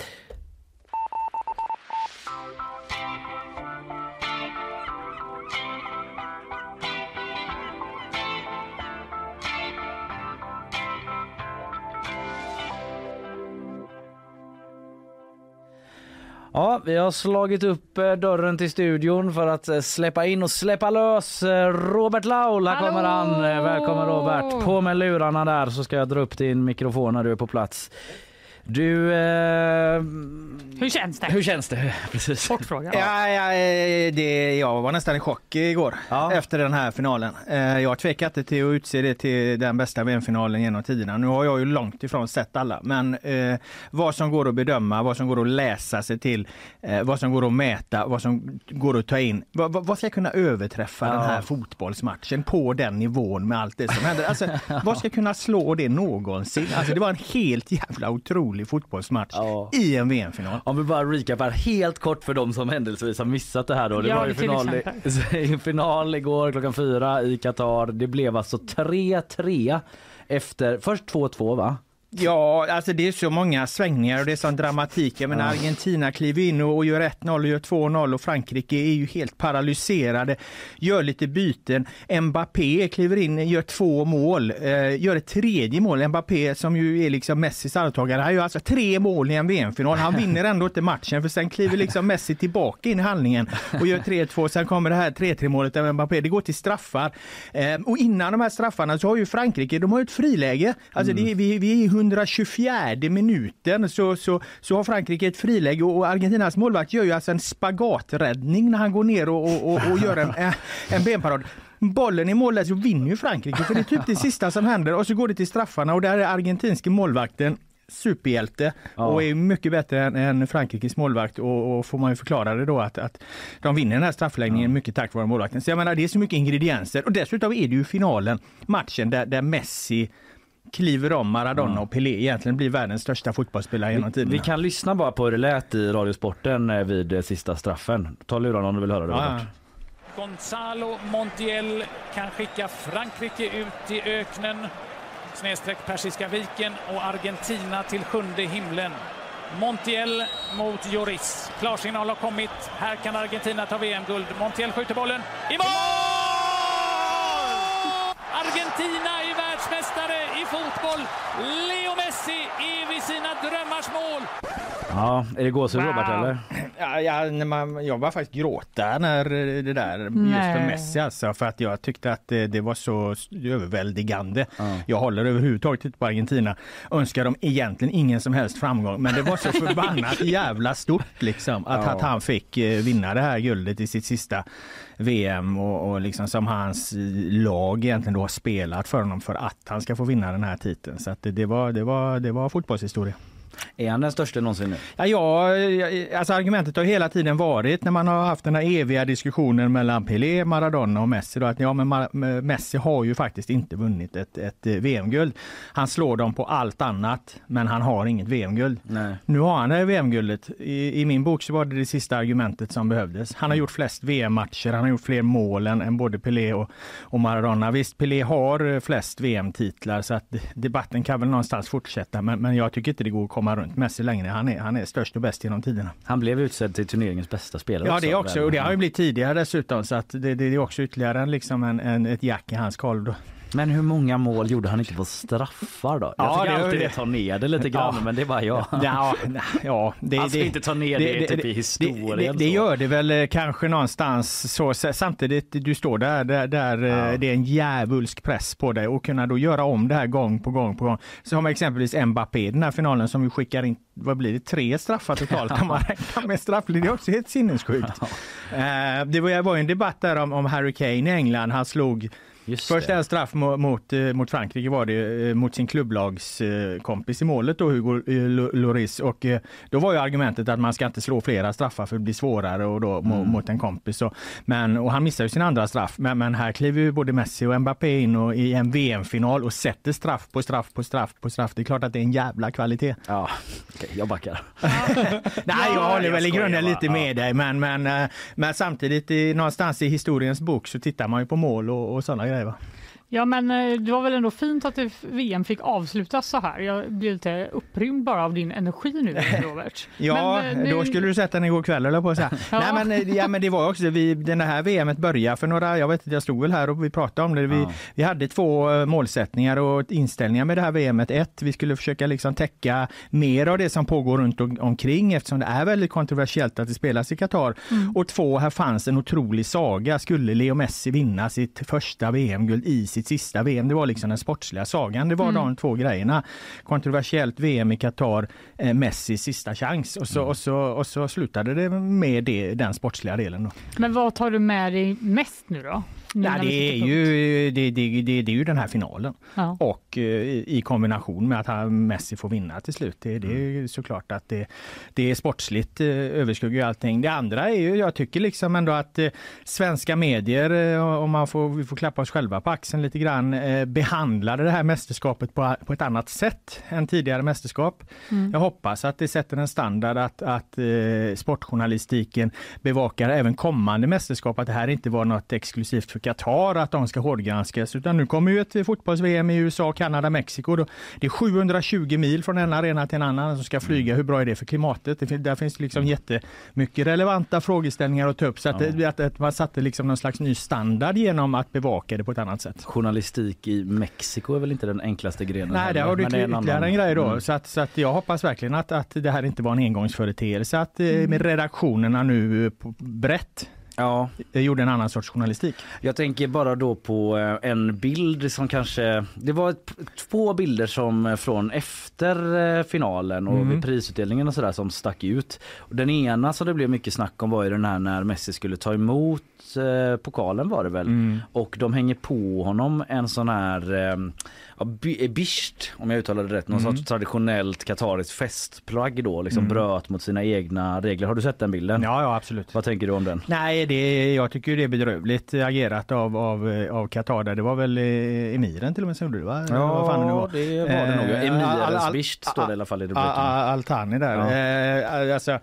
S2: Ja, vi har slagit upp eh, dörren till studion för att eh, släppa in och släppa lös eh, Robert Laul. Här
S3: Hallå!
S2: kommer han. Eh, Välkommen Robert. På med lurarna där så ska jag dra upp din mikrofon när du är på plats. Du... Eh,
S3: Hur känns det?
S2: hur känns det? Precis.
S3: Kort fråga.
S9: Ja, ja, det, jag var nästan i chock igår
S2: Ja.
S9: efter den här finalen. Eh, Jag tvekar inte till att utse det till den bästa V M-finalen genom tiderna. Nu har jag ju långt ifrån sett alla, men eh, vad som går att bedöma, vad som går att läsa sig till, eh, vad som går att mäta, vad som går att ta in. Vad, vad vad ska kunna överträffa
S2: Ja.
S9: den här fotbollsmatchen på den nivån med allt det som händer? Alltså, vad ska kunna slå det någonsin? Alltså, det var en helt jävla otrolig fotbollsmatch
S2: Ja.
S9: i en V M-final.
S2: Om vi bara recapar helt kort för de som händelsevis har missat det här då. Det
S3: Ja,
S2: var ju
S3: till
S2: final, i, final igår klockan fyra i Qatar. Det blev alltså tre tre efter, först två två va?
S9: Ja, alltså det är så många svängningar och det är sån dramatik. Men ja. Argentina kliver in och, och gör ett noll och gör två noll och Frankrike är ju helt paralyserade. Gör lite byten. Mbappé kliver in, gör två mål. Eh, gör ett tredje mål. Mbappé som ju är liksom Messis arvtagare. Han gör alltså tre mål i en V M-final. Han vinner ändå inte matchen för sen kliver liksom Messi tillbaka in i handlingen och gör tre två. Sen kommer det här tre tre målet av Mbappé. Det går till straffar. Eh, och innan de här straffarna så har ju Frankrike, de har ju ett friläge. Alltså mm. det, vi, vi är hundratjugofjärde minuten så, så, så har Frankrike ett friläge och Argentinas målvakt gör ju alltså en spagaträddning när han går ner och, och, och, och gör en, en benparad. Bollen i målet så vinner ju Frankrike för det är typ det sista som händer och så går det till straffarna och där är argentinske målvakten superhjälte ja. och är mycket bättre än, än Frankrikes målvakt och, och får man ju förklara det då att, att de vinner den här straffläggningen ja. mycket tack vare målvakten. Så jag menar det är så mycket ingredienser och dessutom är det ju finalen, matchen där, där Messi kliver om Maradona mm. och Pelé egentligen blir världens största fotbollsspelare genom tiden.
S2: Vi kan lyssna bara på hur det lät i Radiosporten vid sista straffen. Ta luran om du vill höra det.
S10: Ja. Gonzalo Montiel kan skicka Frankrike ut i öknen, snedstreck Persiska viken och Argentina till sjunde himlen. Montiel mot Lloris. Klarsignal har kommit. Här kan Argentina ta V M-guld. Montiel skjuter bollen i mål! Argentina är världsmästare i fotboll. Leo Messi är vid sina drömmars mål.
S2: Ja, är det gåshud wow. Robert eller?
S9: Ja, ja, när man, jag var faktiskt gråta när det där just Nej. för Messi alltså, för att jag tyckte att det, det var så överväldigande. Mm. Jag håller överhuvudtaget inte på Argentina. Önskar dem egentligen ingen som helst framgång, men det var så förbannat jävla stort liksom att, ja. att han fick vinna det här guldet i sitt sista V M och, och liksom som hans lag egentligen då har spelat för honom för att han ska få vinna den här titeln. Så att det, det var det var det var fotbollshistoria.
S2: Är han den största någonsin nu?
S9: Ja, ja, alltså argumentet har hela tiden varit när man har haft den här eviga diskussionen mellan Pelé, Maradona och Messi då, att ja, men Mar- Messi har ju faktiskt inte vunnit ett, ett V M-guld. Han slår dem på allt annat, men han har inget V M-guld. Nej. Nu har han det V M-guldet. I, I min bok så var det det sista argumentet som behövdes. Han har gjort flest V M-matcher, han har gjort fler mål än, än både Pelé och, och Maradona. Visst, Pelé har flest V M-titlar så att debatten kan väl någonstans fortsätta, men, men jag tycker inte det går att komma runt Messi längre. Han är, han är störst och bäst genom tiderna.
S2: Han blev utsedd till turneringens bästa spelare.
S9: Ja,
S2: också,
S9: det också. Och det har ju blivit tidigare dessutom. Så att det, det är också ytterligare liksom en, en, ett jack i hans koll då.
S2: Men hur många mål gjorde han inte på straffar då? Jag
S9: ja,
S2: tycker
S9: det,
S2: alltid det tar ner det lite grann, ja. men det är bara jag.
S9: Ja, ja, det,
S2: han ska
S9: det,
S2: inte ta ner det, det typ i historien.
S9: Det, det, det gör det väl kanske någonstans så. Samtidigt, du står där, där, där ja. det är en djävulsk press på dig och kunna då göra om det här gång på gång på gång. Så har man exempelvis Mbappé, den här finalen som vi skickar in, vad blir det, tre straffar totalt kan man räkna med straffligt. Det är också helt sinnessjukt. Ja. Uh, det var, var ju en debatt där om, om Harry Kane i England. Han slog Just Först en straff mot, mot, mot Frankrike var det mot sin klubblagskompis i målet då, Hugo Lloris, och då var ju argumentet att man ska inte slå flera straffar för det blir svårare och då mm. mot en kompis. Och, men, och han missar ju sin andra straff, men, men här kliver ju både Messi och Mbappé in och, i en V M-final och sätter straff på straff på straff på straff. Det är klart att det är en jävla kvalitet.
S2: Ja, okej, jag backar.
S9: Nej, jag håller väl i grunden lite med dig, men, men, men samtidigt i, någonstans i historiens bok så tittar man ju på mål och, och sådana grejer.
S3: Ja, men det var väl ändå fint att det V M fick avslutas så här. Jag blir lite upprymd bara av din energi nu, Robert.
S9: Ja, men, nu... då skulle du sätta den igår kväll eller på så här. Ja. Nej, men, ja, men det var också, vi, den här V M:et började för några, jag vet inte, jag stod väl här och vi pratade om det. Vi, ja. vi hade två målsättningar och inställningar med det här V M:et. Ett, vi skulle försöka liksom täcka mer av det som pågår runt om, omkring eftersom det är väldigt kontroversiellt att det spelas i Qatar. Mm. Och två, här fanns en otrolig saga. Skulle Leo Messi vinna sitt första V M-guld i sitt sista V M? Det var liksom den sportsliga sagan. Det var mm. de två grejerna. Kontroversiellt V M i Qatar, eh, Messis sista chans. Och så, mm. och, så, och så slutade det med det, den sportsliga delen då.
S3: Men vad tar du med dig mest nu då?
S9: Ja, det, är ju, det, det, det, det är ju den här finalen. Ja. Och eh, i kombination med att han, Messi får vinna till slut. Det, det är ju såklart att det, det är sportsligt eh, överskuggar allting. Det andra är ju, jag tycker liksom ändå att eh, svenska medier, eh, om man får, vi får klappa oss själva på axeln lite grann eh, behandlade det här mästerskapet på, på ett annat sätt än tidigare mästerskap. Mm. Jag hoppas att det sätter en standard att, att eh, sportjournalistiken bevakar även kommande mästerskap, att det här inte var något exklusivt för Qatar att de ska hårdgranskas, utan nu kommer ju ett fotbolls-V M i U S A, Kanada, Mexiko. Då. Det är sjuhundratjugo mil från en arena till en annan som ska flyga. Hur bra är det för klimatet? Det, där finns liksom jättemycket relevanta frågeställningar att ta upp, så att, ja. att, att man satte liksom någon slags ny standard genom att bevaka det på ett annat sätt.
S2: Journalistik i Mexiko är väl inte den enklaste grenen?
S9: Nej, det har du ytterligare en, annan... en grej då. Mm. Så, att, så att jag hoppas verkligen att, att det här inte var en engångsföreteelse, att mm. med redaktionerna nu på brett
S2: Ja,
S9: jag gjorde en annan sorts journalistik.
S2: Jag tänker bara då på en bild som kanske, det var ett, två bilder som från efter finalen och mm. vid prisutdelningen och sådär som stack ut. Den ena som det blev mycket snack om var ju den här när Messi skulle ta emot eh, pokalen var det väl. Mm. Och de hänger på honom en sån här eh, ja, bisht, om jag uttalade det rätt, någon mm. sorts traditionellt katariskt festplagg då, liksom mm. bröt mot sina egna regler. Har du sett den bilden?
S9: Ja, ja, absolut.
S2: Vad tänker du om den?
S9: Nej, det, jag tycker det är bedrövligt agerat av, av, av Qatar. Det var väl emiren till och med som gjorde det, va?
S2: Ja,
S9: vad fan det, var.
S2: det var det nog. Emirens bisht står det i alla fall i rubriken.
S9: Al-Thani där. Ja. Eh, alltså,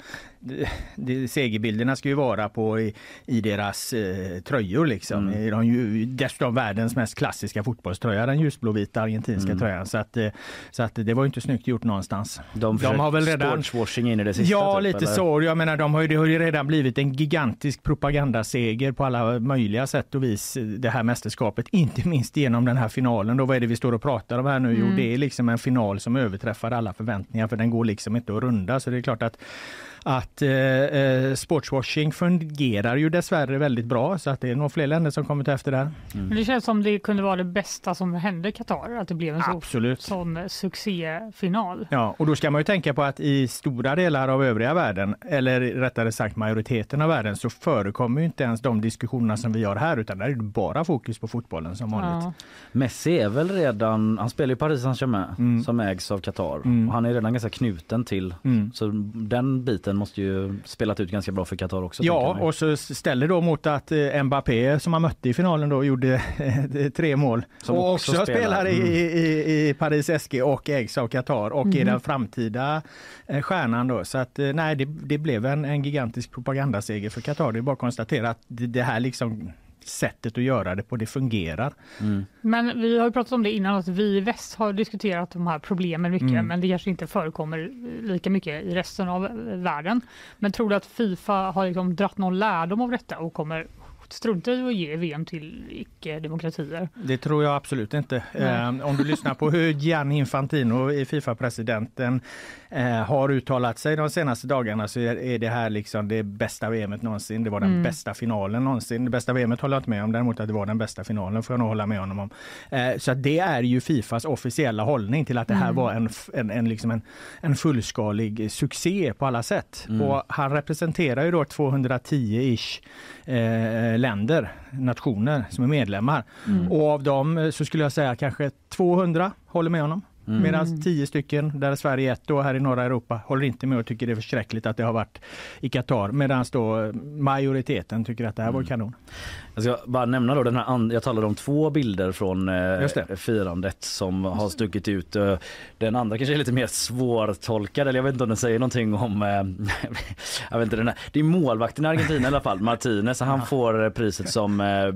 S9: de, segerbilderna ska ju vara på i, i deras eh, tröjor liksom. Mm. De ju dessutom världens mest klassiska fotbollströja, den ljusblåvita argentinska mm. tröjan, så att, så att det var ju inte snyggt gjort någonstans.
S2: De, de har väl redan sportswashing in i det sista.
S9: Ja,
S2: typ,
S9: lite eller? Så. Jag menar, de har ju, det har ju redan blivit en gigantisk propagandaseger på alla möjliga sätt och vis, det här mästerskapet, inte minst genom den här finalen. Då, vad är det vi står och pratar om här nu? Mm. Jo, det är liksom en final som överträffar alla förväntningar, för den går liksom inte att runda, så det är klart att att eh, sportswashing fungerar ju dessvärre väldigt bra, så att det är nog fler länder som kommer till efter det här.
S3: Mm. Men det känns som det kunde vara det bästa som hände i Qatar, att det blev en så, sån succéfinal.
S9: Ja, och då ska man ju tänka på att i stora delar av övriga världen, eller rättare sagt majoriteten av världen, så förekommer ju inte ens de diskussionerna som vi har här, utan där är det bara fokus på fotbollen som vanligt. Ja.
S2: Messi är väl redan, han spelar i Paris Saint-Germain mm. som ägs av Qatar. Mm. Och han är redan ganska knuten till, mm. så den biten måste ju spelat ut ganska bra för Qatar också.
S9: Ja, och så ställer då mot att Mbappé som han mötte i finalen då gjorde tre mål. Som och också, också spelar mm. i, i, i Paris S G och ägs av Qatar och mm. är den framtida stjärnan då. Så att nej, det, det blev en, en gigantisk propagandaseger för Qatar. Det är bara att konstatera att det, det här liksom sättet att göra det på, det fungerar. Mm.
S3: Men vi har ju pratat om det innan, att vi i väst har diskuterat de här problemen mycket, mm. men det kanske inte förekommer lika mycket i resten av världen. Men tror du att FIFA har liksom dratt någon lärdom av detta och kommer strunta i att ge V M till icke-demokratier?
S9: Det tror jag absolut inte. Eh, om du lyssnar på hur Gianni Infantino, i FIFA-presidenten, eh, har uttalat sig de senaste dagarna, så är, är det här liksom det bästa V M:et någonsin. Det var den mm. bästa finalen någonsin. Det bästa V M:et håller jag inte med om, däremot att det var den bästa finalen får jag nog hålla med honom om. Eh, så det är ju FIFAs officiella hållning till att det här mm. var en, en, en, liksom en, en fullskalig succé på alla sätt. Mm. Och han representerar ju då tvåhundratio-ish eh, länder, nationer som är medlemmar. Mm. Och av dem så skulle jag säga kanske tvåhundra håller med honom. Mm. Medan tio stycken, där Sverige ett då här i norra Europa, håller inte med och tycker det är förskräckligt att det har varit i Qatar. Medan då majoriteten tycker att det här var kanon.
S2: Jag ska bara nämna då den här, jag talade om två bilder från eh, firandet som har stuckit ut. Den andra kanske är lite mer svårtolkad, eller jag vet inte om den säger någonting om eh, jag vet inte, den här, det är målvakten i Argentina i alla fall, Martinez, han ja. får priset som eh,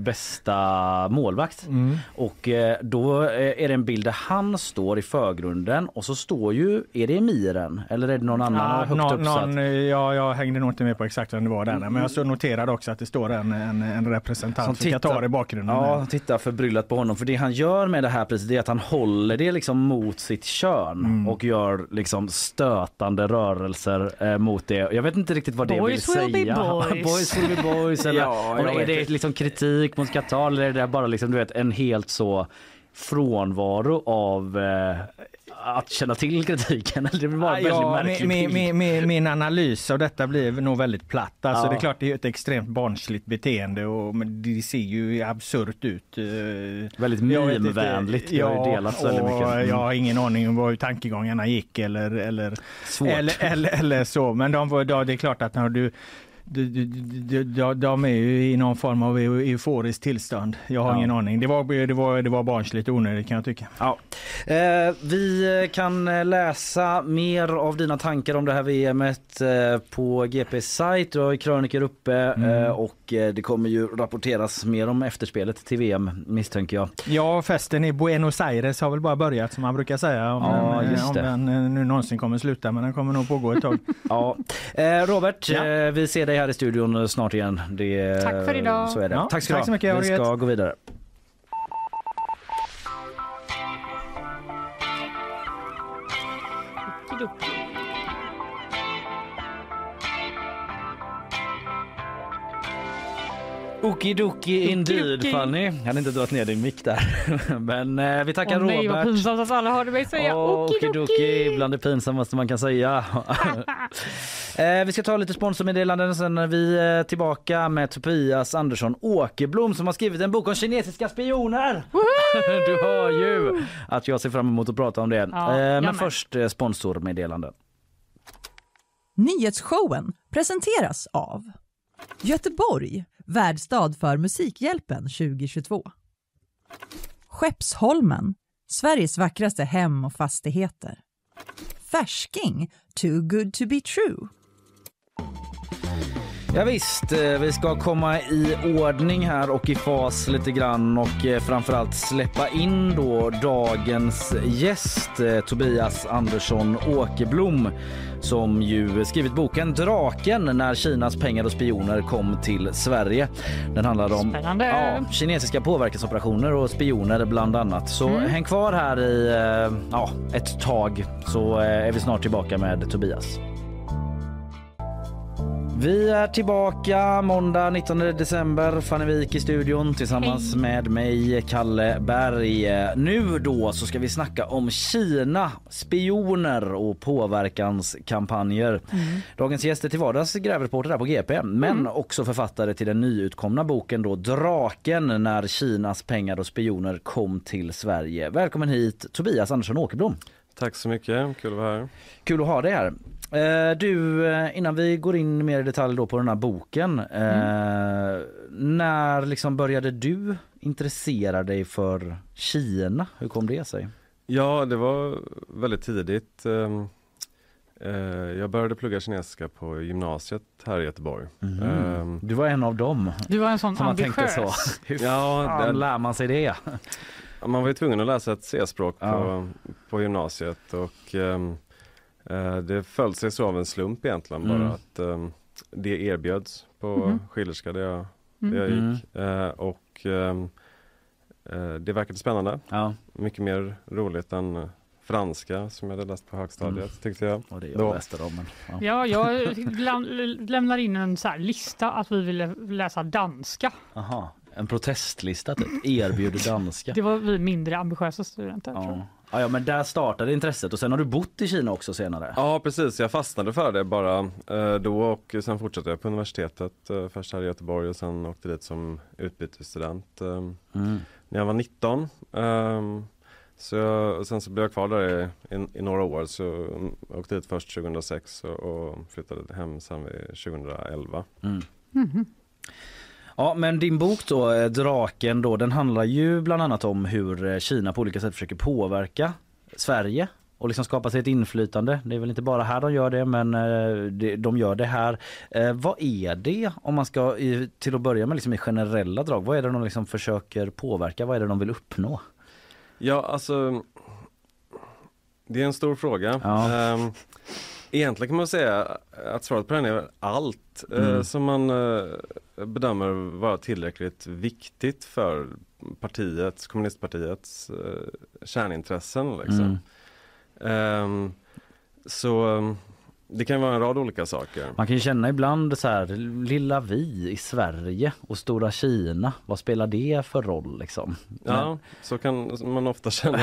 S2: bästa målvakt. Mm. Och eh, då är det en bild där han står i förgrunden och så står ju, är det emiren eller är det någon annan ja, högt
S9: någon,
S2: uppsatt?
S9: Någon, ja, jag hängde nog inte med på exakt vem det var där, mm. men jag så noterade också att det står en, en, en representant som för Qatar i bakgrunden.
S2: Ja, titta förbryllat på honom, för det han gör med det här priset är att han håller det liksom mot sitt kön mm. och gör liksom stötande rörelser eh, mot det. Jag vet inte riktigt vad det
S3: boys
S2: vill
S3: will
S2: säga.
S3: Be boys.
S2: Boys will be boys. Eller,
S9: ja,
S2: är det liksom kritik mot Qatar eller är det bara liksom, du vet, en helt så frånvaro av eh, att känna till kritiken? Eller det var väldigt
S9: ja,
S2: märkligt.
S9: Min, min, min, min analys av detta blev nog väldigt platt. Alltså ja. Det är klart det är ett extremt barnsligt beteende och men det ser ju absurt ut.
S2: Väldigt meme-vänligt.
S9: Ja,
S2: har ju delats väldigt mycket. Mm.
S9: Jag har ingen aning om vad tankegångarna gick eller, eller, eller, eller, eller så. Men de var, ja, det är klart att när du de, de, de, de är ju i någon form av euforisk tillstånd. Jag har ja. ingen aning. Det var, det var, det var barnsligt onödigt kan jag tycka.
S2: Ja. Eh, vi kan läsa mer av dina tankar om det här V M:et eh, på G P:s sajt. Du har krönikor uppe mm. eh, och eh, det kommer ju rapporteras mer om efterspelet till V M, misstänker jag.
S9: Ja, festen i Buenos Aires har väl bara börjat, som man brukar säga. Om,
S2: ja,
S9: den,
S2: just
S9: om
S2: det.
S9: den nu någonsin kommer sluta, men den kommer nog pågå ett tag.
S2: Ja. Eh, Robert,
S9: ja.
S2: eh, vi ser dig här i studion snart igen. Det,
S3: Tack för idag.
S2: Så är det.
S9: Ja,
S2: tack ska
S9: tack så mycket.
S2: Vi ska gå vidare. Okidoki indeed, Fanny. Jag hade inte dragit ner din mick där. Men eh, vi tackar
S3: Åh, nej,
S2: Robert.
S3: Vad pinsamt att alla hörde mig säga
S2: oh,
S3: okidoki.
S2: Okidoki, bland det pinsammaste man kan säga. eh, vi ska ta lite sponsormeddelanden, sen är vi eh, tillbaka med Tobias Andersson Åkerblom som har skrivit en bok om kinesiska spioner. Du hör ju att jag ser fram emot att prata om det.
S3: Ja,
S2: eh, men
S3: med.
S2: först eh, sponsormeddelanden.
S1: Nyhetsshowen presenteras av Göteborg, värdstad för Musikhjälpen tjugohundratjugotvå. Skeppsholmen, Sveriges vackraste hem och fastigheter. Färsking, too good to be true.
S2: Ja visst, vi ska komma i ordning här och i fas lite grann och framförallt släppa in då dagens gäst Tobias Andersson Åkerblom som ju skrivit boken Draken när Kinas pengar och spioner kom till Sverige. Den handlar om ja, kinesiska påverkansoperationer och spioner bland annat. Så mm. häng kvar här i ja, ett tag så är vi snart tillbaka med Tobias. Vi är tillbaka måndag nittonde december, Fanny Wijk i studion tillsammans Hej. med mig, Kalle Berg. Nu då så ska vi snacka om Kina, spioner och påverkanskampanjer. Mm. Dagens gäster till vardags grävreporter där på G P, men mm. också författare till den nyutkomna boken då Draken när Kinas pengar och spioner kom till Sverige. Välkommen hit Tobias Andersson Åkerblom.
S11: Tack så mycket, kul att vara här.
S2: Kul att ha dig här. Du, innan vi går in mer i detalj då på den här boken, mm. när liksom började du intressera dig för Kina? Hur kom det sig?
S11: Ja, det var väldigt tidigt. Jag började plugga kinesiska på gymnasiet här i Göteborg.
S2: Mm. Du var en av dem.
S3: Du var en sån ambitiös.
S2: Så. Hur ja, det lär man sig det?
S11: Man var ju tvungen att läsa ett C-språk ja. på, på gymnasiet och um, uh, det föll sig så av en slump egentligen mm. bara att um, det erbjöds på mm. Schillerska där jag, mm. där jag gick uh, och um, uh, det verkade spännande. Ja. Mycket mer roligt än uh, franska som jag hade läst på högstadiet mm. tyckte jag.
S2: Och det är jag bästa om, men, ja.
S3: ja, jag läm- lämnar in en så här lista att vi ville läsa danska.
S2: Aha. En protestlista typ, erbjuder danska.
S3: Det var vi mindre ambitiösa studenter.
S2: Ja.
S3: Tror jag.
S2: Ja, ja, men där startade intresset och sen har du bott i Kina också senare.
S11: Ja, precis. Jag fastnade för det bara eh, då och sen fortsatte jag på universitetet. Eh, först här i Göteborg och sen åkte dit som utbytesstudent eh, mm. när jag var nitton. Eh, så jag, och sen så blev jag kvar där i, i, i några år. Så jag åkte dit först tjugohundrasex och, och flyttade hem sen vid tjugohundraelva. Mm. Mm-hmm.
S2: Ja, men din bok då, Draken då, den handlar ju bland annat om hur Kina på olika sätt försöker påverka Sverige och liksom skapa sig ett inflytande. Det är väl inte bara här de gör det, men de gör det här. Vad är det, om man ska till att börja med liksom i generella drag, vad är det de liksom försöker påverka? Vad är det de vill uppnå?
S11: Ja, alltså det är en stor fråga. Ja. Um, Egentligen kan man säga att svaret på den är allt mm. eh, som man eh, bedömer vara tillräckligt viktigt för partiets, kommunistpartiets eh, kärnintressen. Liksom. Mm. Eh, så det kan vara en rad olika saker.
S2: Man kan ju känna ibland så här, lilla vi i Sverige och stora Kina, vad spelar det för roll liksom?
S11: Ja, men... så kan man ofta känna.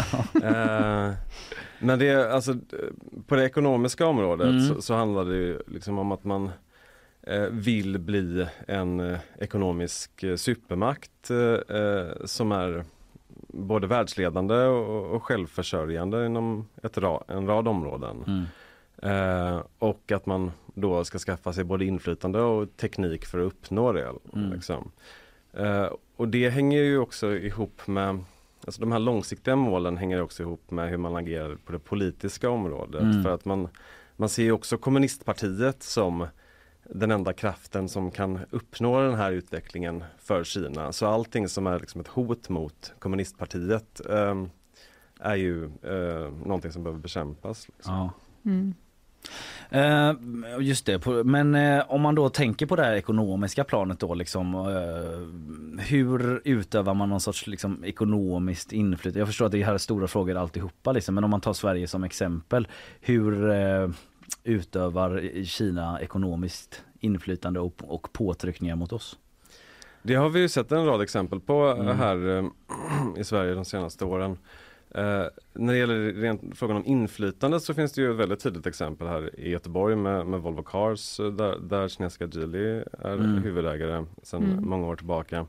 S11: eh, men det är alltså på det ekonomiska området mm. så, så handlar det ju liksom om att man eh, vill bli en eh, ekonomisk eh, supermakt eh, som är både världsledande och, och självförsörjande inom ett ra- en rad områden. Mm. Eh, och att man då ska skaffa sig både inflytande och teknik för att uppnå det.
S2: Mm.
S11: Liksom. Eh, och det hänger ju också ihop med, alltså de här långsiktiga målen hänger också ihop med hur man agerar på det politiska området.
S2: Mm.
S11: För att man, man ser ju också kommunistpartiet som den enda kraften som kan uppnå den här utvecklingen för Kina. Så allting som är liksom ett hot mot kommunistpartiet eh, är ju eh, någonting som behöver bekämpas. Liksom.
S2: Ja.
S3: Mm.
S2: Uh, just det, men uh, om man då tänker på det här ekonomiska planet då liksom, uh, hur utövar man någon sorts liksom, ekonomiskt inflytande? Jag förstår att det här är stora frågor alltihopa liksom, men om man tar Sverige som exempel, hur uh, utövar Kina ekonomiskt inflytande och, och påtryckningar mot oss?
S11: Det har vi ju sett en rad exempel på
S2: Mm.
S11: här uh, i Sverige de senaste åren. Uh, när det gäller rent frågan om inflytande så finns det ju ett väldigt tydligt exempel här i Göteborg med, med Volvo Cars där, där kinesiska Geely är
S2: Mm.
S11: huvudägare sedan
S3: Mm.
S11: många år tillbaka.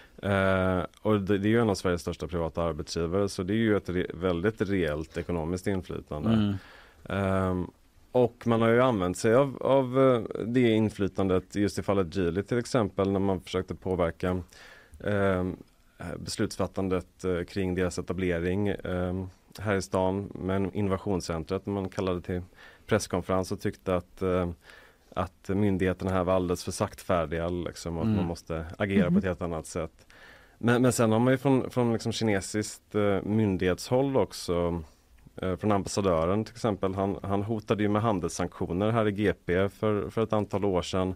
S11: Uh, och det, det är ju en av Sveriges största privata arbetsgivare, så det är ju ett re, väldigt reellt ekonomiskt inflytande.
S2: Mm.
S11: Um, och man har ju använt sig av, av uh, det inflytandet just i fallet Geely till exempel, när man försökte påverka um, beslutsfattandet uh, kring deras etablering um, här i stan med innovationscentret. Man kallade till presskonferens och tyckte att, uh, att myndigheterna här var alldeles för saktfärdiga liksom, och
S2: Mm.
S11: att man måste agera
S3: Mhm.
S11: på ett helt annat sätt. Men, men sen har man ju från, från liksom kinesiskt uh, myndighetshåll också, uh, från ambassadören till exempel, han, han hotade ju med handelssanktioner här i G P för, för ett antal år sedan.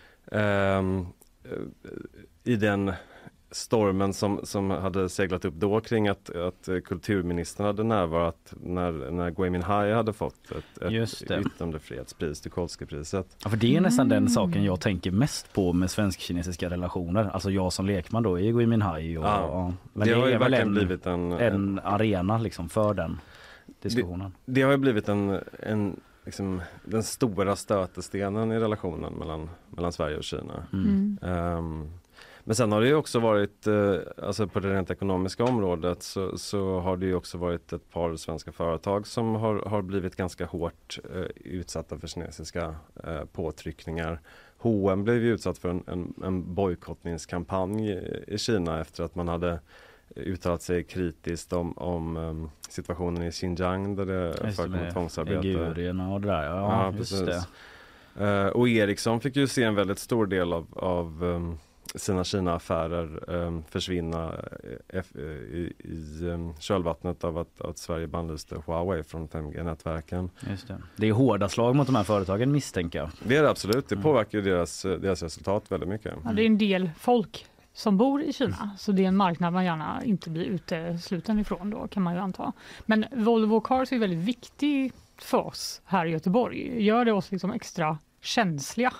S11: Um, uh, I den stormen som, som hade seglat upp då kring att, att kulturministern hade närvarat när, när Gui Minhai hade fått ett,
S2: Just
S11: ett
S2: det.
S11: yttrandefrihetspris, Tucholskypriset.
S2: Ja, för det är nästan
S3: Mm.
S2: den saken jag tänker mest på med svensk-kinesiska relationer. Alltså jag som lekman då är Gui Minhai. Och,
S11: Ja,
S2: ja. Men
S11: det har ju
S2: är väl
S11: verkligen
S2: en,
S11: blivit en,
S2: en arena liksom för den diskussionen.
S11: det har ju blivit en, en liksom, den stora stötestenen i relationen mellan, mellan Sverige och Kina.
S2: Mm.
S3: Mm.
S11: Um, men sen har det ju också varit, eh, alltså på det rent ekonomiska området så, så har det ju också varit ett par svenska företag som har, har blivit ganska hårt eh, utsatta för kinesiska eh, påtryckningar. H och M blev ju utsatt för en, en, en bojkottningskampanj i, i Kina efter att man hade uttalat sig kritiskt om, om um, situationen i Xinjiang där det förekommer tvångsarbete.
S2: Uigurerna och det där, ja,
S11: Ja,
S2: just
S11: precis.
S2: det.
S11: Uh, och Ericsson fick ju se en väldigt stor del av, av um, sina Kina-affärer um, försvinna uh, i, i um, kölvattnet av att, att Sverige bannlyste Huawei från fem G-nätverken.
S2: Just det. Det är hårda slag mot de här företagen misstänker jag.
S11: Det är det absolut. Det
S2: Mm.
S11: påverkar ju deras, deras resultat väldigt mycket.
S3: Ja, det är en del folk som bor i Kina, så det är en marknad man gärna inte blir utesluten ifrån då, kan man ju anta. Men Volvo Cars är väldigt viktig för oss här i Göteborg. Gör det oss liksom extra känsliga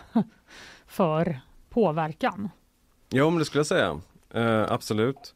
S3: för påverkan?
S11: Ja, men det skulle jag säga. Uh, absolut.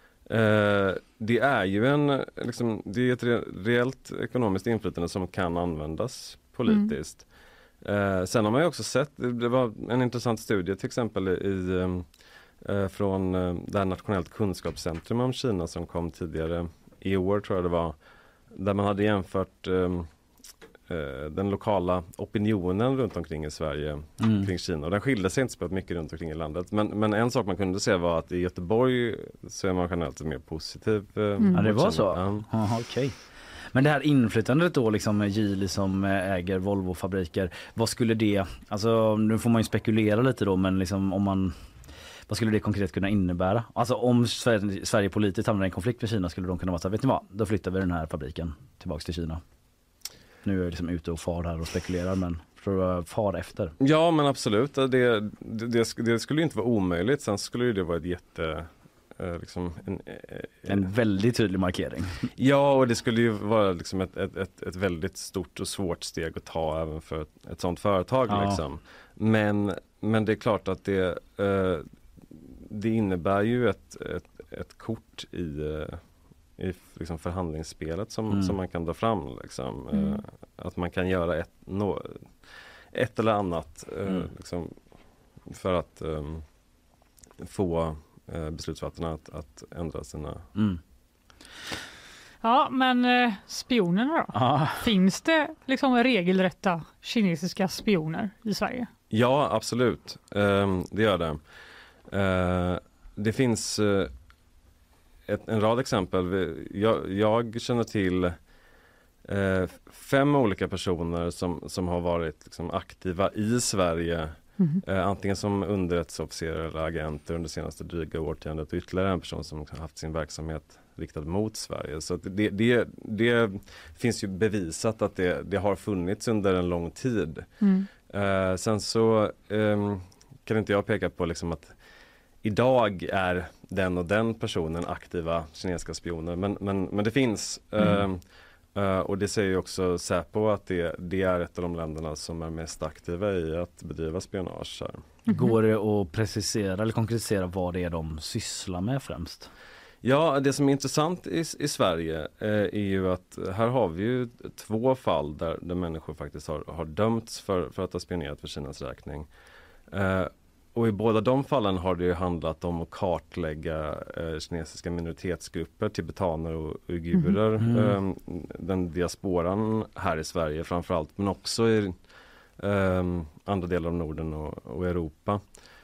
S11: Uh, det är ju en, liksom, det är ett re- reellt ekonomiskt inflytande som kan användas politiskt. Mm. Uh, sen har man ju också sett, det var en intressant studie till exempel i um, uh, från uh, det här Nationellt kunskapscentrum om Kina som kom tidigare i år tror jag det var, där man hade jämfört um, uh, den lokala opinionen runt omkring i Sverige
S2: Mm.
S11: kring Kina. Och den skilde sig inte så mycket runt omkring i landet. Men, men en sak man kunde se var att i Göteborg så är man generellt mer positiv. Uh,
S3: Mm.
S2: Ja, det var så?
S11: Ja.
S2: Aha, okej. Men det här inflytandet då, liksom Geely som äger Volvo-fabriker, vad skulle det, alltså nu får man ju spekulera lite då, men liksom om man, vad skulle det konkret kunna innebära? Alltså om Sverige, Sverige politiskt hamnar i en konflikt med Kina, skulle de kunna vara så här, vet ni vad, då flyttar vi den här fabriken tillbaks till Kina. Nu är jag liksom ute och far här och spekulerar, men för att far efter.
S11: Ja, men absolut. Det, det, det, det skulle ju inte vara omöjligt. Sen skulle ju det vara ett jätte... Eh, liksom en, eh,
S2: En väldigt tydlig markering.
S11: Ja, och det skulle ju vara liksom ett, ett, ett, ett väldigt stort och svårt steg att ta även för ett, ett sådant företag.
S2: Ja.
S11: Liksom. Men, men det är klart att det, eh, det innebär ju ett, ett, ett kort i, eh, i liksom förhandlingsspelet som,
S2: Mm.
S11: som man kan dra fram. Liksom.
S3: Mm.
S11: Eh, att man kan göra ett, no, ett eller annat eh,
S2: Mm.
S11: liksom, för att eh, få beslutsfattarna att, att ändra sina...
S2: Mm.
S3: Ja, men eh, spionerna då?
S2: Ah.
S3: Finns det liksom regelrätta kinesiska spioner i Sverige?
S11: Ja, absolut. Um, det gör det. Uh, det finns uh, ett, en rad exempel. Jag, jag känner till uh, fem olika personer som, som har varit liksom, aktiva i Sverige. Mm. Uh, antingen som underrättelseofficerare eller agenter under senaste dryga årtiondet, och ytterligare en person som har haft sin verksamhet riktad mot Sverige. Så att det, det, det finns ju bevisat att det, det har funnits under en lång tid. Mm. Uh, sen så um, kan inte jag peka på liksom att idag är den och den personen aktiva kinesiska spioner, men, men, men det finns. Mm. Uh, uh, och det säger ju också Säpo att det, det är ett av de länderna som är mest aktiva i att bedriva spionage här.
S2: Mm. Går det att precisera eller konkretisera vad det är de sysslar med främst?
S11: Ja, det som är intressant i, i Sverige eh, är ju att här har vi ju två fall där, där människor faktiskt har, har dömts för, för att ha spionerat för Kinas räkning. Eh, och i båda de fallen har det ju handlat om att kartlägga eh, kinesiska minoritetsgrupper, tibetaner och uigurer. Mm. Eh, den diasporan här i Sverige framförallt, men också i eh, andra delar av Norden och, och Europa.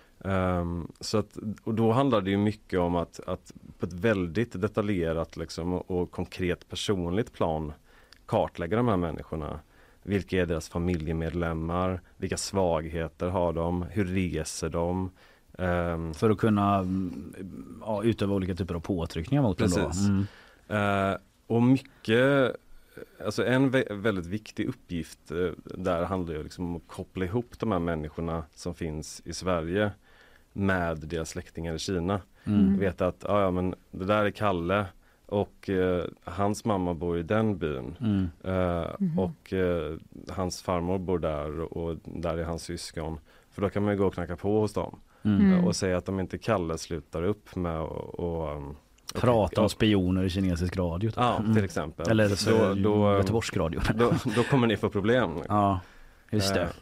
S11: Um, så att, och då handlar det ju mycket om att, att på ett väldigt detaljerat liksom, och, och konkret personligt plan kartlägga de här människorna. Vilka är deras familjemedlemmar? Vilka svagheter har de? Hur reser de? Um,
S2: För att kunna ja, utöva olika typer av påtryckningar mot dem då. Mm.
S11: Uh, och mycket, alltså en vä- väldigt viktig uppgift uh, där handlar ju liksom om att koppla ihop de här människorna som finns i Sverige med deras släktingar i Kina. Mm. Veta att ja, men det där är Kalle och eh, hans mamma bor i den byn. Mm. Eh, mm. Och eh, hans farmor bor där och där är hans syskon. För då kan man ju gå och knacka på hos dem. Mm. Eh, och säga att de inte Kalle slutar upp med och, och um,
S2: prata om spioner i kinesisk radio. Typ.
S11: Ja, till exempel.
S2: Eller så då, då, Göteborgsk radio.
S11: Då, då kommer ni få problem.
S2: Ja, just det. Eh.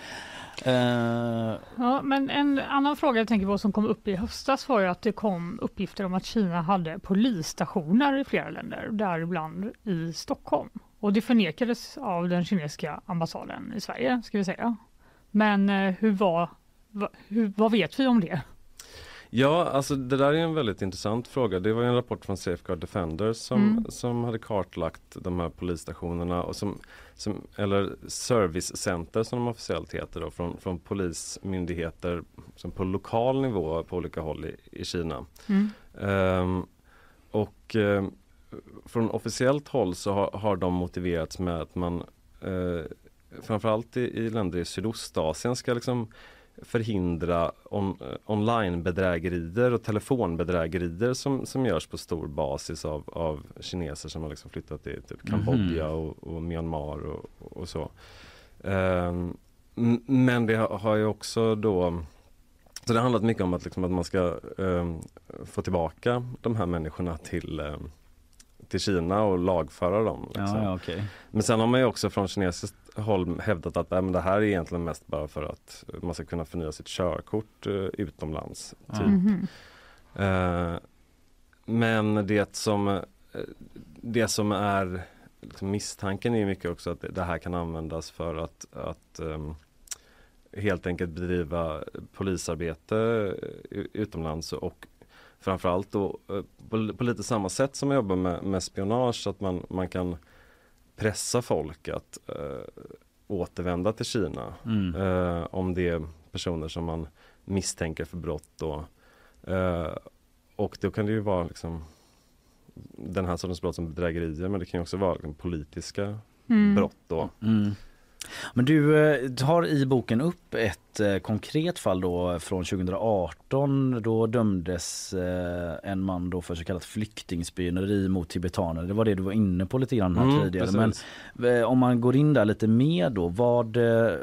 S3: Uh... Ja, men en annan fråga jag tänker på som kom upp i höstas var ju att det kom uppgifter om att Kina hade polisstationer i flera länder, däribland i Stockholm. Och det förnekades av den kinesiska ambassaden i Sverige, ska vi säga. Men uh, hur var, va, hur, vad vet vi om det?
S11: Ja, alltså det där är en väldigt intressant fråga. Det var en rapport från Safeguard Defenders som, mm. som hade kartlagt de här polisstationerna och som, som, eller servicecenter som de officiellt heter då, från, från polismyndigheter som på lokal nivå på olika håll i, i Kina. Mm. Um, och um, från officiellt håll så har, har de motiverats med att man uh, framförallt i, i länder i Sydostasien ska liksom förhindra on, onlinebedrägerier och telefonbedrägerier som, som görs på stor basis av, av kineser som har liksom flyttat till typ Kambodja mm. och, och Myanmar och, och så. Um, men det har, har ju också då, så det har handlat mycket om att, liksom, att man ska um, få tillbaka de här människorna till um, till Kina och lagföra dem. Liksom.
S2: Ja, ja, okay.
S11: Men sen har man ju också från kinesiskt håll hävdat att äh, men det här är egentligen mest bara för att man ska kunna förnya sitt körkort uh, utomlands. Typ. Mm-hmm. Uh, men det som, uh, det som är liksom, misstanken är mycket också att det här kan användas för att, att um, helt enkelt bedriva polisarbete utomlands och framförallt då på, på lite samma sätt som jag jobbar med, med spionage, så att man, man kan pressa folk att äh, återvända till Kina mm. äh, om det är personer som man misstänker för brott då. Äh, och då kan det ju vara liksom den här sortens brott som bedrägerier, men det kan ju också vara liksom, politiska mm. brott då.
S2: Mm. Men du eh, tar i boken upp ett eh, konkret fall då från tjugohundraarton. Då dömdes eh, en man då för så kallat flyktingspioneri mot tibetaner. Det var det du var inne på lite grann här mm, tidigare. Precis. Men eh, om man går in där lite mer då, vad, eh,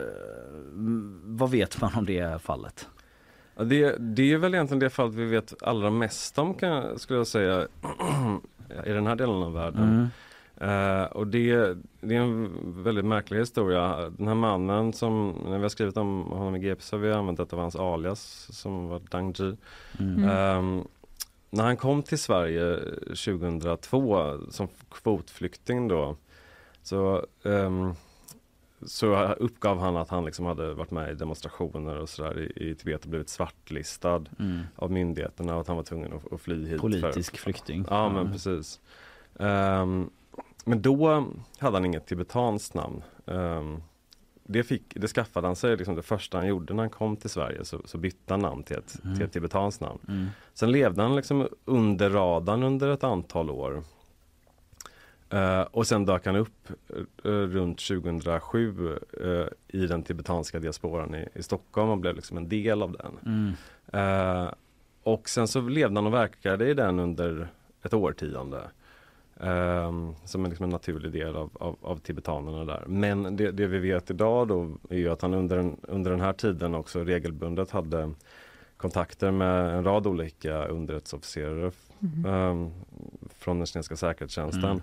S2: vad vet man om det fallet?
S11: Ja, det, det är väl egentligen det fallet vi vet allra mest om, kan, skulle jag säga, i den här delen av världen. Mm. Uh, och det, det är en väldigt märklig historia. Den här mannen som, när vi har skrivit om honom i G P så har vi använt ett av hans alias som var Dang Ji. Mm. Um, när han kom till Sverige tjugohundratvå som kvotflykting då, så, um, så uppgav han att han liksom hade varit med i demonstrationer och sådär i, i Tibet och blivit svartlistad mm. av myndigheterna och att han var tvungen att, att fly hit.
S2: Politisk
S11: för,
S2: flykting.
S11: Ja, mm. men precis. Um, men då hade han inget tibetanskt namn. Um, det, fick, det skaffade han sig, liksom det första han gjorde när han kom till Sverige, så, så bytte han namn till ett, mm. till ett tibetanskt namn. Mm. Sen levde han liksom under radarn under ett antal år. Uh, och sen dök han upp uh, runt tjugohundrasju uh, i den tibetanska diasporan i, i Stockholm och blev liksom en del av den. Mm. Uh, och sen så levde han och verkade i den under ett årtionde. Um, som är liksom en naturlig del av, av, av tibetanerna där. Men det, det vi vet idag då är ju att han under, en, under den här tiden också regelbundet hade kontakter med en rad olika underrättelseofficerare mm. um, från den kinesiska säkerhetstjänsten.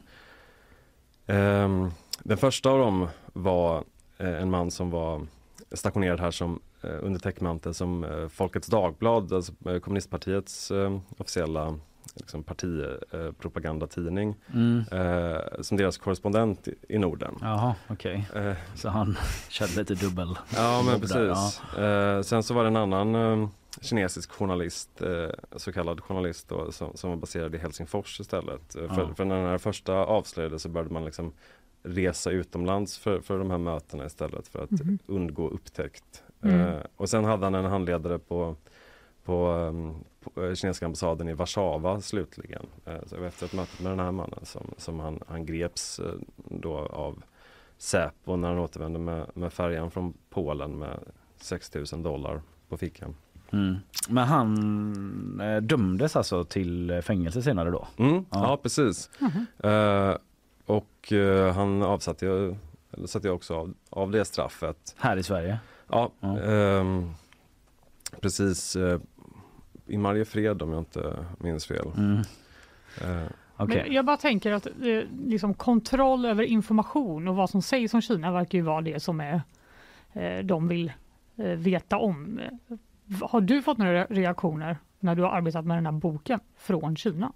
S11: Mm. Um, den första av dem var uh, en man som var stationerad här som uh, under täckmantel som uh, Folkets Dagblad, alltså uh, kommunistpartiets uh, officiella liksom partipropagandatidning mm. eh, som deras korrespondent i, i Norden.
S2: Jaha, okej. Okay. Eh, så han körde lite dubbel.
S11: Ja, men precis. Ja. Eh, sen så var det en annan eh, kinesisk journalist, eh, så kallad journalist då, som, som var baserad i Helsingfors istället. Ja. För, för när den här första avslöjades så började man liksom resa utomlands för, för de här mötena istället för att mm. undgå upptäckt. Mm. Eh, och sen hade han en handledare på på, um, på kinesiska ambassaden i Warszawa slutligen. Eh, så efter ett möte med den här mannen som, som han, han greps eh, då av Säpo när han återvände med, med färjan från Polen med sex tusen dollar på fickan.
S2: Mm. Men han eh, dömdes alltså till fängelse senare då?
S11: Mm, ja. ja, precis. Mm-hmm. Eh, och eh, han avsatte ju, eller satte jag också av, av det straffet.
S2: Här i Sverige?
S11: Ja, mm. eh, precis eh, i Mariefred om jag inte minns fel. Mm.
S3: Eh. Okay. Men jag bara tänker att eh, liksom kontroll över information och vad som sägs om Kina verkar ju vara det som är, eh, de vill eh, veta om. Har du fått några reaktioner när du har arbetat med den här boken från Kina?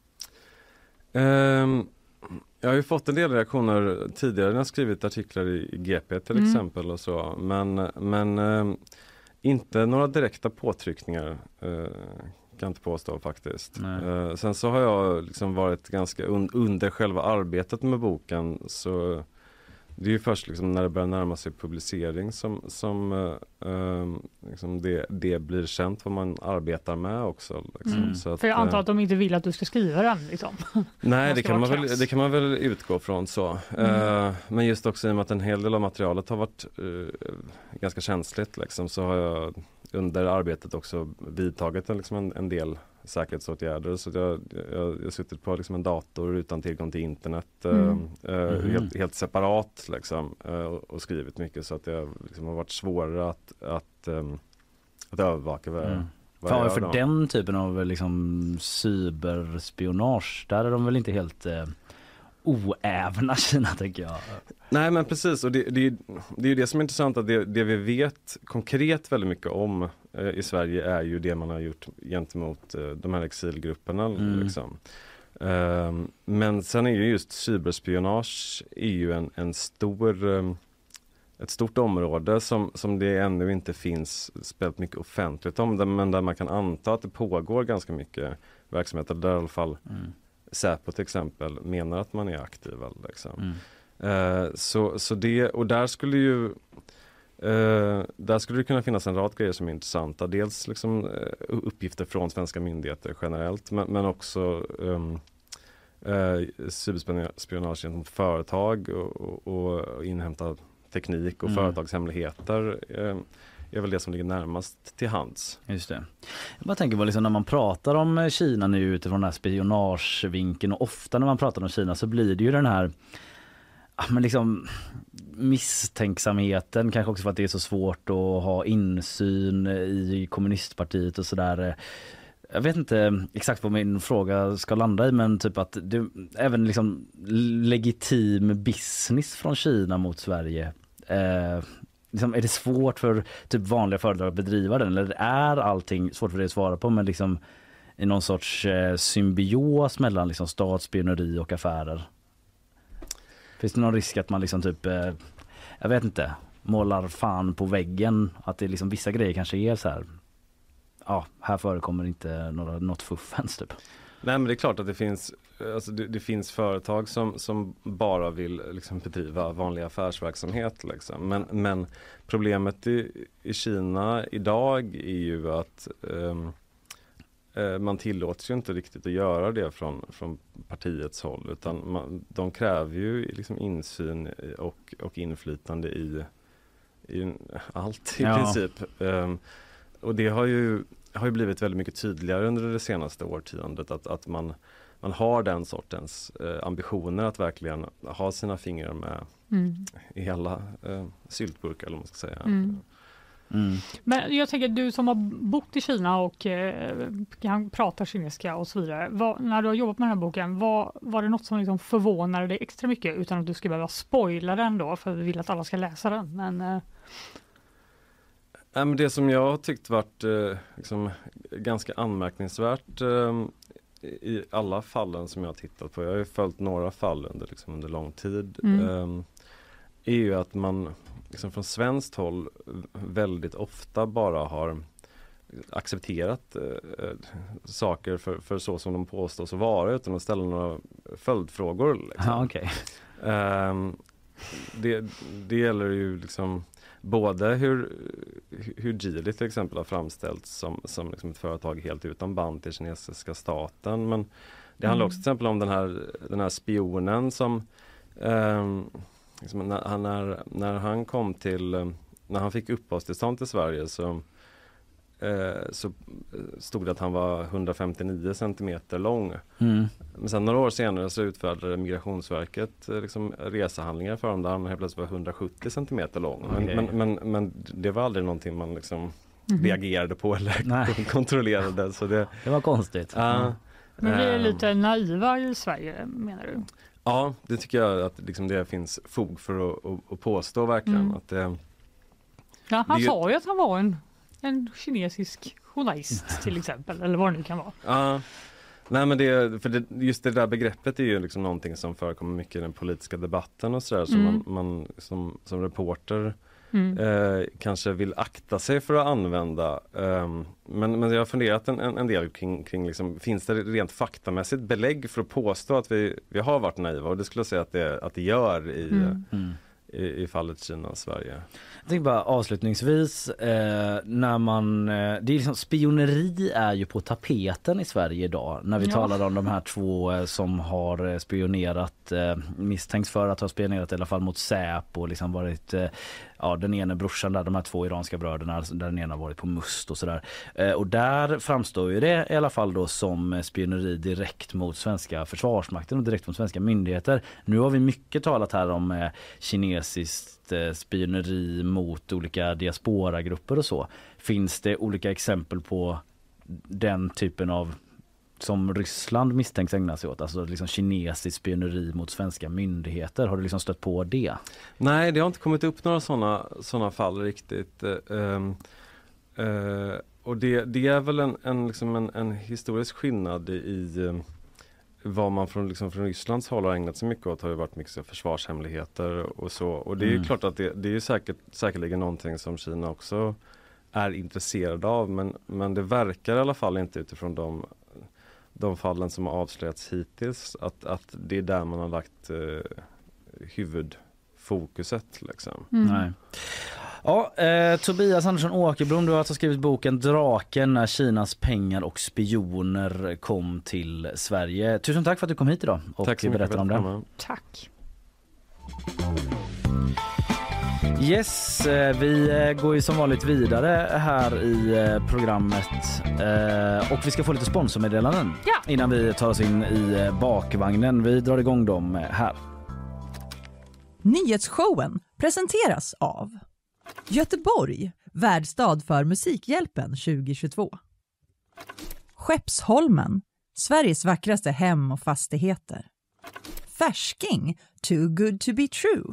S11: Um, jag har ju fått en del reaktioner tidigare när jag skrivit artiklar i G P till mm. exempel och så. Men, men um, inte några direkta påtryckningar uh, kan jag inte påstå faktiskt. Uh, sen så har jag liksom varit ganska un- under själva arbetet med boken, så det är ju först liksom när det börjar närma sig publicering som, som uh, uh, liksom det, det blir känt vad man arbetar med också. Liksom.
S3: Mm.
S11: Så att,
S3: för jag antar att de inte vill att du ska skriva den. Liksom.
S11: Nej, det kan, man väl, det kan man väl utgå från så. Mm. Uh, men just också i och med att en hel del av materialet har varit uh, ganska känsligt liksom, så har jag under arbetet också vidtagit liksom en, en del säkerhetsåtgärder, så jag, jag, jag har suttit på liksom en dator utan tillgång till internet mm. äh, mm. helt, helt separat liksom, äh, och, och skrivit mycket, så att det liksom har varit svårare att, att, ähm, att övervaka vad, mm. vad
S2: för,
S11: jag gör
S2: för
S11: då.
S2: Den typen av liksom, cyberspionage, där är de väl inte helt äh, oävna Kina, tänker jag.
S11: Nej, men precis, och det, det, det är ju det som är intressant, att det, det vi vet konkret väldigt mycket om eh, i Sverige är ju det man har gjort gentemot eh, de här exilgrupperna. Mm. Liksom. Eh, men sen är ju just cyberspionage är ju en, en stor, eh, ett stort område som, som det ännu inte finns spelat mycket offentligt om, men där man kan anta att det pågår ganska mycket verksamheter, där i alla fall mm. Säpo till exempel menar att man är aktiv. Liksom. Mm. Uh, så, så det, och där skulle ju uh, där skulle det kunna finnas en rad grejer som är intressanta. Dels liksom, uh, uppgifter från svenska myndigheter generellt, men, men också um, uh, cyberspionage gentemot företag och, och, och inhämta teknik och mm. företagshemligheter uh, är väl det som ligger närmast till hands.
S2: Just det. Jag bara tänker på liksom, när man pratar om Kina nu utifrån den här spionagevinkeln, och ofta när man pratar om Kina så blir det ju den här men liksom misstänksamheten, kanske också för att det är så svårt att ha insyn i kommunistpartiet och sådär. Jag vet inte exakt vad min fråga ska landa i, men typ att det, även liksom legitim business från Kina mot Sverige, eh, liksom, är det svårt för typ vanliga företag att bedriva den, eller är allting svårt för det att svara på, men liksom i någon sorts eh, symbios mellan liksom statsspioneri och affärer? Finns det någon risk att man liksom typ, eh, jag vet inte, målar fan på väggen, att det liksom vissa grejer kanske är så här, ja, här förekommer inte några, något fuffens typ?
S11: Nej, men det är klart att det finns, alltså det, det finns företag som, som bara vill liksom bedriva vanlig affärsverksamhet liksom. men, men problemet i, i Kina idag är ju att um, uh, man tillåts ju inte riktigt att göra det från, från partiets håll, utan man, de kräver ju liksom insyn och, och inflytande i, i allt i ja. princip. Um, och det har ju har ju blivit väldigt mycket tydligare under det senaste årtiondet att, att man, man har den sortens eh, ambitioner att verkligen ha sina fingrar med mm. i hela eh, syltburkar, eller man ska säga.
S3: Mm. Mm. Men jag tänker, du som har bott i Kina och eh, kan prata kinesiska och så vidare, vad, när du har jobbat med den här boken, vad, var det något som liksom förvånade dig extra mycket utan att du ska behöva spoila den då, för vi vill att alla ska läsa den, men... Eh,
S11: Nej, men det som jag har tyckt varit eh, liksom, ganska anmärkningsvärt eh, i alla fallen som jag har tittat på, jag har ju följt några fall under, liksom, under lång tid, mm. eh, är ju att man liksom, från svenskt håll väldigt ofta bara har accepterat eh, saker för, för så som de påstås att vara, utan att ställa några följdfrågor. Liksom.
S2: Ah, okay.
S11: eh, det, det gäller ju liksom både hur, hur Geely till exempel har framställts som, som liksom ett företag helt utan band till kinesiska staten, men det handlar mm. också till exempel om den här, den här spionen som eh, liksom när, han, när, när han kom till, när han fick uppehållstillstånd till Sverige så, eh, så stod det att han var hundrafemtionio centimeter lång. Mm. Men sen några år senare så utfärdade Migrationsverket liksom resehandlingar för honom där han helt plötsligt var hundrasjuttio centimeter lång. Okay. Men, men, men, men det var aldrig någonting man liksom mm-hmm. reagerade på eller Nej. kontrollerade. Så det,
S2: det var konstigt.
S11: Uh,
S3: mm. Men vi är lite naiva i Sverige, menar du?
S11: Ja, det tycker jag att liksom det finns fog för att, att, att påstå verkligen. Mm. Att det,
S3: ja, han
S11: det,
S3: sa ju att han var en, en kinesisk journalist till exempel, eller vad det nu kan vara.
S11: Ja, nej men det, för det, just det där begreppet är ju liksom någonting som förekommer mycket i den politiska debatten och sådär, mm. som man, man som, som reporter mm. eh, kanske vill akta sig för att använda. Um, men, men jag har funderat en, en, en del kring, kring liksom, finns det rent faktamässigt belägg för att påstå att vi, vi har varit naiva, och det skulle jag säga att det, att det gör i, mm. Mm. i, i fallet Kina och Sverige.
S2: Jag tänker bara avslutningsvis, eh, när man, eh, det är liksom, spioneri är ju på tapeten i Sverige idag, när vi ja. talar om de här två eh, som har spionerat, eh, misstänks för att ha spionerat i alla fall mot Säpo och liksom varit, eh, ja, den ena brorsan där, de här två iranska bröderna, där den ena har varit på Must och sådär. Eh, och där framstår ju det i alla fall då som spioneri direkt mot svenska försvarsmakten och direkt mot svenska myndigheter. Nu har vi mycket talat här om eh, kinesiskt spioneri mot olika diasporagrupper och så. Finns det olika exempel på den typen av som Ryssland misstänks ägna sig åt, alltså liksom kinesiskt spioneri mot svenska myndigheter? Har du liksom stött på det?
S11: Nej, det har inte kommit upp några sådana sådana fall riktigt. Uh, uh, och det, det är väl en, en, liksom en, en historisk skillnad i uh, vad man från, liksom, från Rysslands håll har ägnat sig mycket åt har ju varit mycket försvarshemligheter och så. Och det är ju mm. klart att det, det är ju säkert, säkerligen någonting som Kina också är intresserad av. Men, men det verkar i alla fall inte utifrån de, de fallen som har avslöjats hittills att, att det är där man har lagt eh, huvudfokuset. Liksom.
S2: Mm. Nej. Ja, eh, Tobias Andersson Åkerblom, du har alltså skrivit boken Draken när Kinas pengar och spioner kom till Sverige. Tusen tack för att du kom hit idag och tack berättade om det.
S3: Tack.
S2: Yes, vi går ju som vanligt vidare här i programmet och vi ska få lite sponsormeddelanden
S3: ja.
S2: innan vi tar oss in i bakvagnen. Vi drar igång dem här.
S1: Nyhetsshowen presenteras av Göteborg, värdstad för Musikhjälpen tjugohundratjugotvå. Skeppsholmen, Sveriges vackraste hem och fastigheter. Färsking, too good to be true.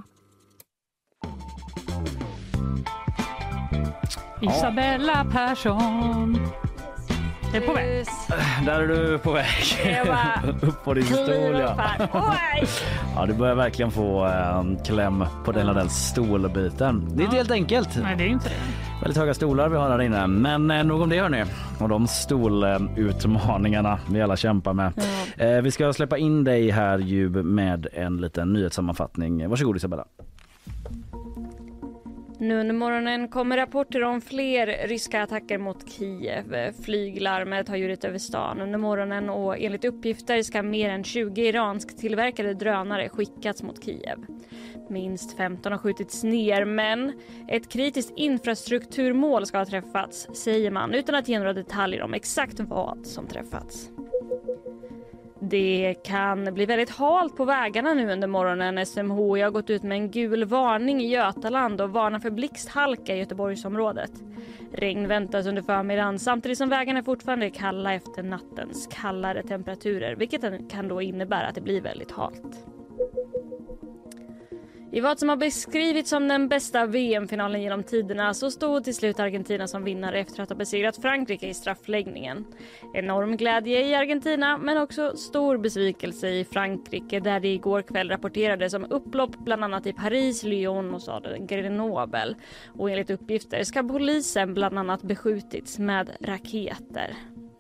S3: Isabella Persson. Jag är på väg.
S2: Där är du på väg. Upp på din stol, ja. Ja, du börjar verkligen få um, kläm på den här stolbiten. Det är inte helt enkelt.
S3: Nej, det är inte det.
S2: Väldigt höga stolar vi har här inne. Men eh, nog om det, hörni. Och de stolutmaningarna vi alla kämpar med. Ja. Eh, vi ska släppa in dig här ju med en liten nyhetssammanfattning. Varsågod, Isabella.
S7: Nu under morgonen kommer rapporter om fler ryska attacker mot Kiev. Flyglarmet har ljudit över stan under morgonen och enligt uppgifter ska mer än tjugo iransk tillverkade drönare skickats mot Kiev. Minst femton har skjutits ner, men ett kritiskt infrastrukturmål ska ha träffats, säger man, utan att ge några detaljer om exakt vad som träffats. Det kan bli väldigt halt på vägarna nu under morgonen. S M H har gått ut med en gul varning i Götaland och varnar för blixthalka i Göteborgsområdet. Regn väntas under förmiddagen samtidigt som vägarna fortfarande är kalla efter nattens kallare temperaturer, vilket kan då innebära att det blir väldigt halt. I vad som har beskrivits som den bästa V M-finalen genom tiderna så stod till slut Argentina som vinnare efter att ha besegrat Frankrike i straffläggningen. Enorm glädje i Argentina, men också stor besvikelse i Frankrike där det igår kväll rapporterades om upplopp bland annat i Paris, Lyon och staden Grenoble. Och enligt uppgifter ska polisen bland annat beskjutits med raketer.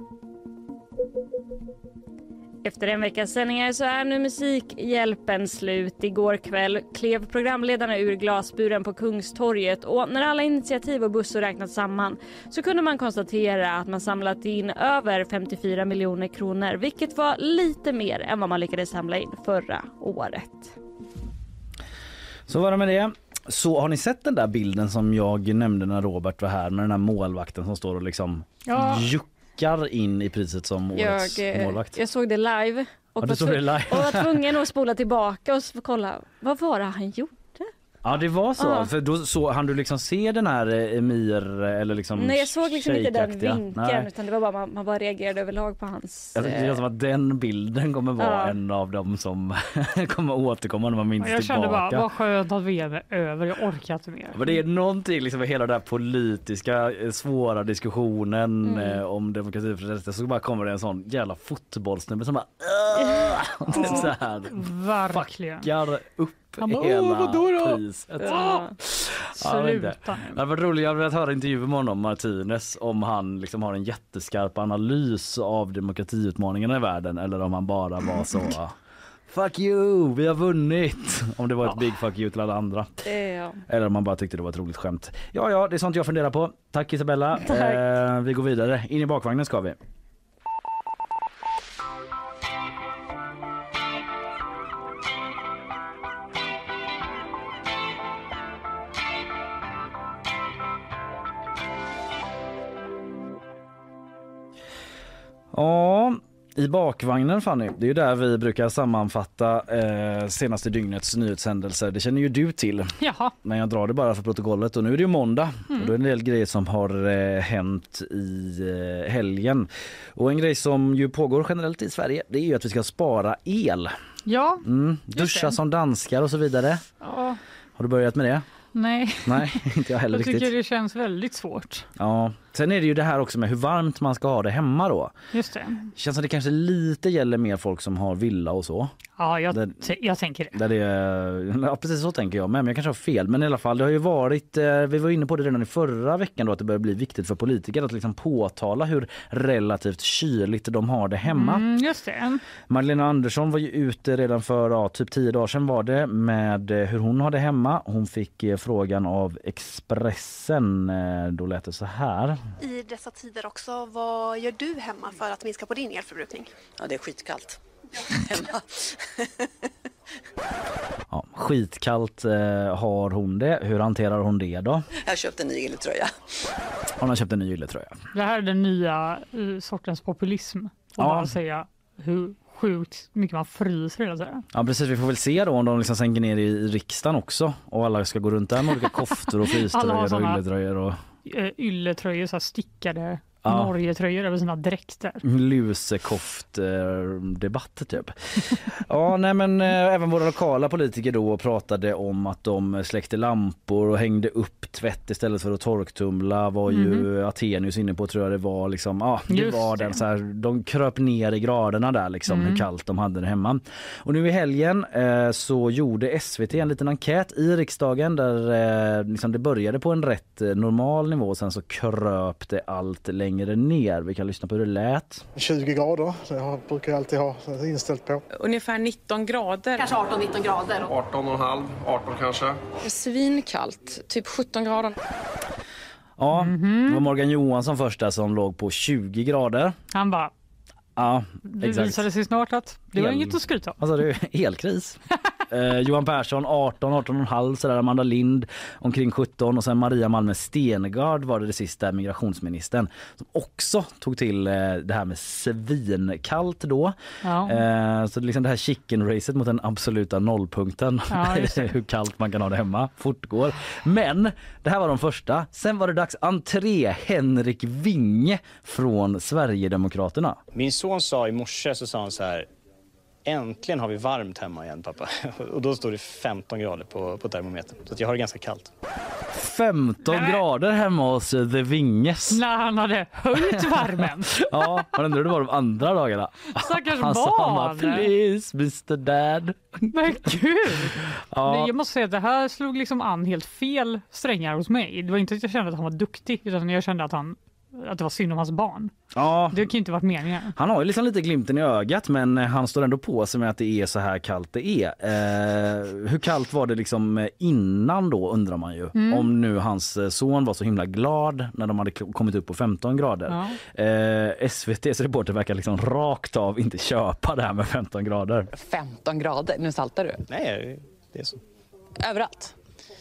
S7: Efter en veckas sändningar så är nu Musikhjälpen slut. Igår kväll klev programledarna ur glasburen på Kungstorget och när alla initiativ och bussar räknats samman så kunde man konstatera att man samlat in över femtiofyra miljoner kronor, vilket var lite mer än vad man lyckades samla in förra året.
S2: Så var det med det. Så har ni sett den där bilden som jag nämnde när Robert var här med den här målvakten som står och liksom
S3: ja.
S2: juckar in i priset som årets
S7: jag,
S2: målvakt?
S7: Jag såg det live och,
S2: ja,
S7: var,
S2: såg det live.
S7: och var tvungen att spola tillbaka och kolla vad var det han gjorde.
S2: Ja, det var så.
S7: Ja.
S2: För då så han du liksom se den här Emir eller liksom
S7: Nej, jag såg liksom inte den vinkeln.
S2: Nej.
S7: Utan det var bara man, man bara reagerade överlag på hans.
S2: Jag tycker det som att den bilden kommer vara ja. en av dem som kommer återkomma när man minns
S3: jag
S2: tillbaka.
S3: Jag kände bara, vad skönt att V M är över, jag orkar inte mer.
S2: Men det är någonting liksom med hela den där politiska svåra diskussionen mm. eh, om demokratiprocesser, så bara kommer det en sån jävla fotbollsnubbe som bara
S3: ja,
S2: det är så här,
S3: verkligen.
S2: Fuckar upp
S3: Han bara,
S2: hela
S3: vadå då?
S2: priset.
S3: Ja. Sluta
S2: ja, det hade varit roligt, jag hade velat höra intervju med honom, Martinez, om han liksom har en jätteskarp analys av demokratiutmaningarna i världen eller om han bara var så fuck you, vi har vunnit. Om det var ett ja. big fuck you till alla andra.
S7: Ja.
S2: Eller om man bara tyckte det var ett roligt skämt. Ja, ja, det är sånt jag funderar på. Tack Isabella.
S7: Tack.
S2: Eh, vi går vidare. In i bakvagnen ska vi. Ja, i bakvagnen Fanny, det är ju där vi brukar sammanfatta eh, senaste dygnets nyhetshändelser. Det känner ju du till.
S3: Jaha. Men
S2: jag drar det bara för protokollet och nu är det ju måndag. Mm. Och då är det en del grejer som har eh, hänt i eh, helgen. Och en grej som ju pågår generellt i Sverige, det är ju att vi ska spara el.
S3: Ja.
S2: Mm, duscha som danskar och så vidare.
S3: Ja.
S2: Har du börjat med det?
S3: Nej.
S2: Nej, inte jag heller
S3: jag
S2: riktigt.
S3: Jag tycker det känns väldigt svårt.
S2: Ja, sen är det ju det här också med hur varmt man ska ha det hemma då.
S3: Just det.
S2: Känns som det kanske lite gäller mer folk som har villa och så.
S3: Ja, jag,
S2: där,
S3: t- jag tänker det.
S2: Där det ja, precis så tänker jag. Men jag kanske har fel. Men i alla fall, det har ju varit, vi var inne på det redan i förra veckan då, att det börjar bli viktigt för politiker att liksom påtala hur relativt kyligt de har det hemma.
S3: Mm, just det.
S2: Magdalena Andersson var ju ute redan för ja, typ tio dagar sedan var det med hur hon har det hemma. Hon fick frågan av Expressen. Då lät det så här.
S12: I dessa tider också, vad gör du hemma för att minska på din elförbrukning?
S13: Ja, det är skitkallt hemma.
S2: Ja, skitkallt eh, har hon det. Hur hanterar hon det då?
S13: Jag har köpt en ny ylletröja.
S2: Hon har köpt en ny ylletröja.
S3: Det här är den nya uh, sortens populism. Och
S2: ja.
S3: bara säga hur sjukt mycket man fryser hela tiden.
S2: Ja, precis. Vi får väl se då om de liksom sänker ner i riksdagen också. Och alla ska gå runt där med olika koftor och fryströjor och ylletröjor. Och...
S3: ylletröjor, så här stickade ja. Norge-tröjor över sina dräkter.
S2: Lusekoft-debatt typ. Ja, nej men äh, även våra lokala politiker då pratade om att de släckte lampor och hängde upp tvätt istället för att torktumla. Var ju mm. Atenius inne på, tror jag det var liksom, ja, det Just var den det. Så här, de kröp ner i graderna där liksom, mm. hur kallt de hade det hemma. Och nu i helgen eh, så gjorde S V T en liten enkät i riksdagen där eh, liksom det började på en rätt eh, normal nivå och sen så kröp det allt längre ner. Vi kan lyssna på hur det lät.
S14: tjugo grader, det brukar jag alltid ha inställt på.
S15: Ungefär nitton grader.
S12: Kanske arton nitton grader.
S14: arton och en halv, arton kanske.
S15: Svinkallt, typ sjutton grader.
S2: Ja, mm-hmm. det var Morgan Johansson första som låg på tjugo grader.
S3: Han bara...
S2: Ja,
S3: det
S2: exakt.
S3: visade sig snart att det var El... inget att skryta om.
S2: Alltså det är elkris. eh, Johan Persson arton, arton och en halv, så där Amanda Lind omkring sjutton och sen Maria Malmö Stengard var det, det sista migrationsministern som också tog till eh, det här med svinkallt då. Ja. Eh, så liksom det här chicken-racet mot den absoluta nollpunkten. Ja, hur kallt man kan ha det hemma fortgår. Men det här var de första. Sen var det dags entré Henrik Winge från Sverigedemokraterna.
S16: Min son sa i morse, så sa han så här: äntligen har vi varmt hemma igen, pappa. Och då står det femton grader på, på termometern. Så att jag har det ganska kallt.
S2: femton Nej. grader hemma hos The Winges.
S3: När han hade höjt värmen.
S2: Ja, men ändå det var de andra dagarna.
S3: Stackars
S2: han
S3: barn.
S2: Sa, han bara, please, mister Dad.
S3: Men gud.
S2: Ja.
S3: Jag måste säga att det här slog liksom an helt fel strängar hos mig. Det var inte att jag kände att han var duktig, utan jag kände att han att det var synd om hans barn.
S2: Ja.
S3: Det kan ju inte varit meningen.
S2: Han har ju liksom lite glimten i ögat, men han står ändå på sig med att det är så här kallt det är. Eh, hur kallt var det liksom innan då, undrar man ju. Mm. Om nu hans son var så himla glad när de hade kommit upp på femton grader. Ja. Eh, S V T:s reporter verkar liksom rakt av inte köpa det här med femton grader.
S17: femton grader? Nu saltar du.
S16: Nej, det är så.
S17: Överallt?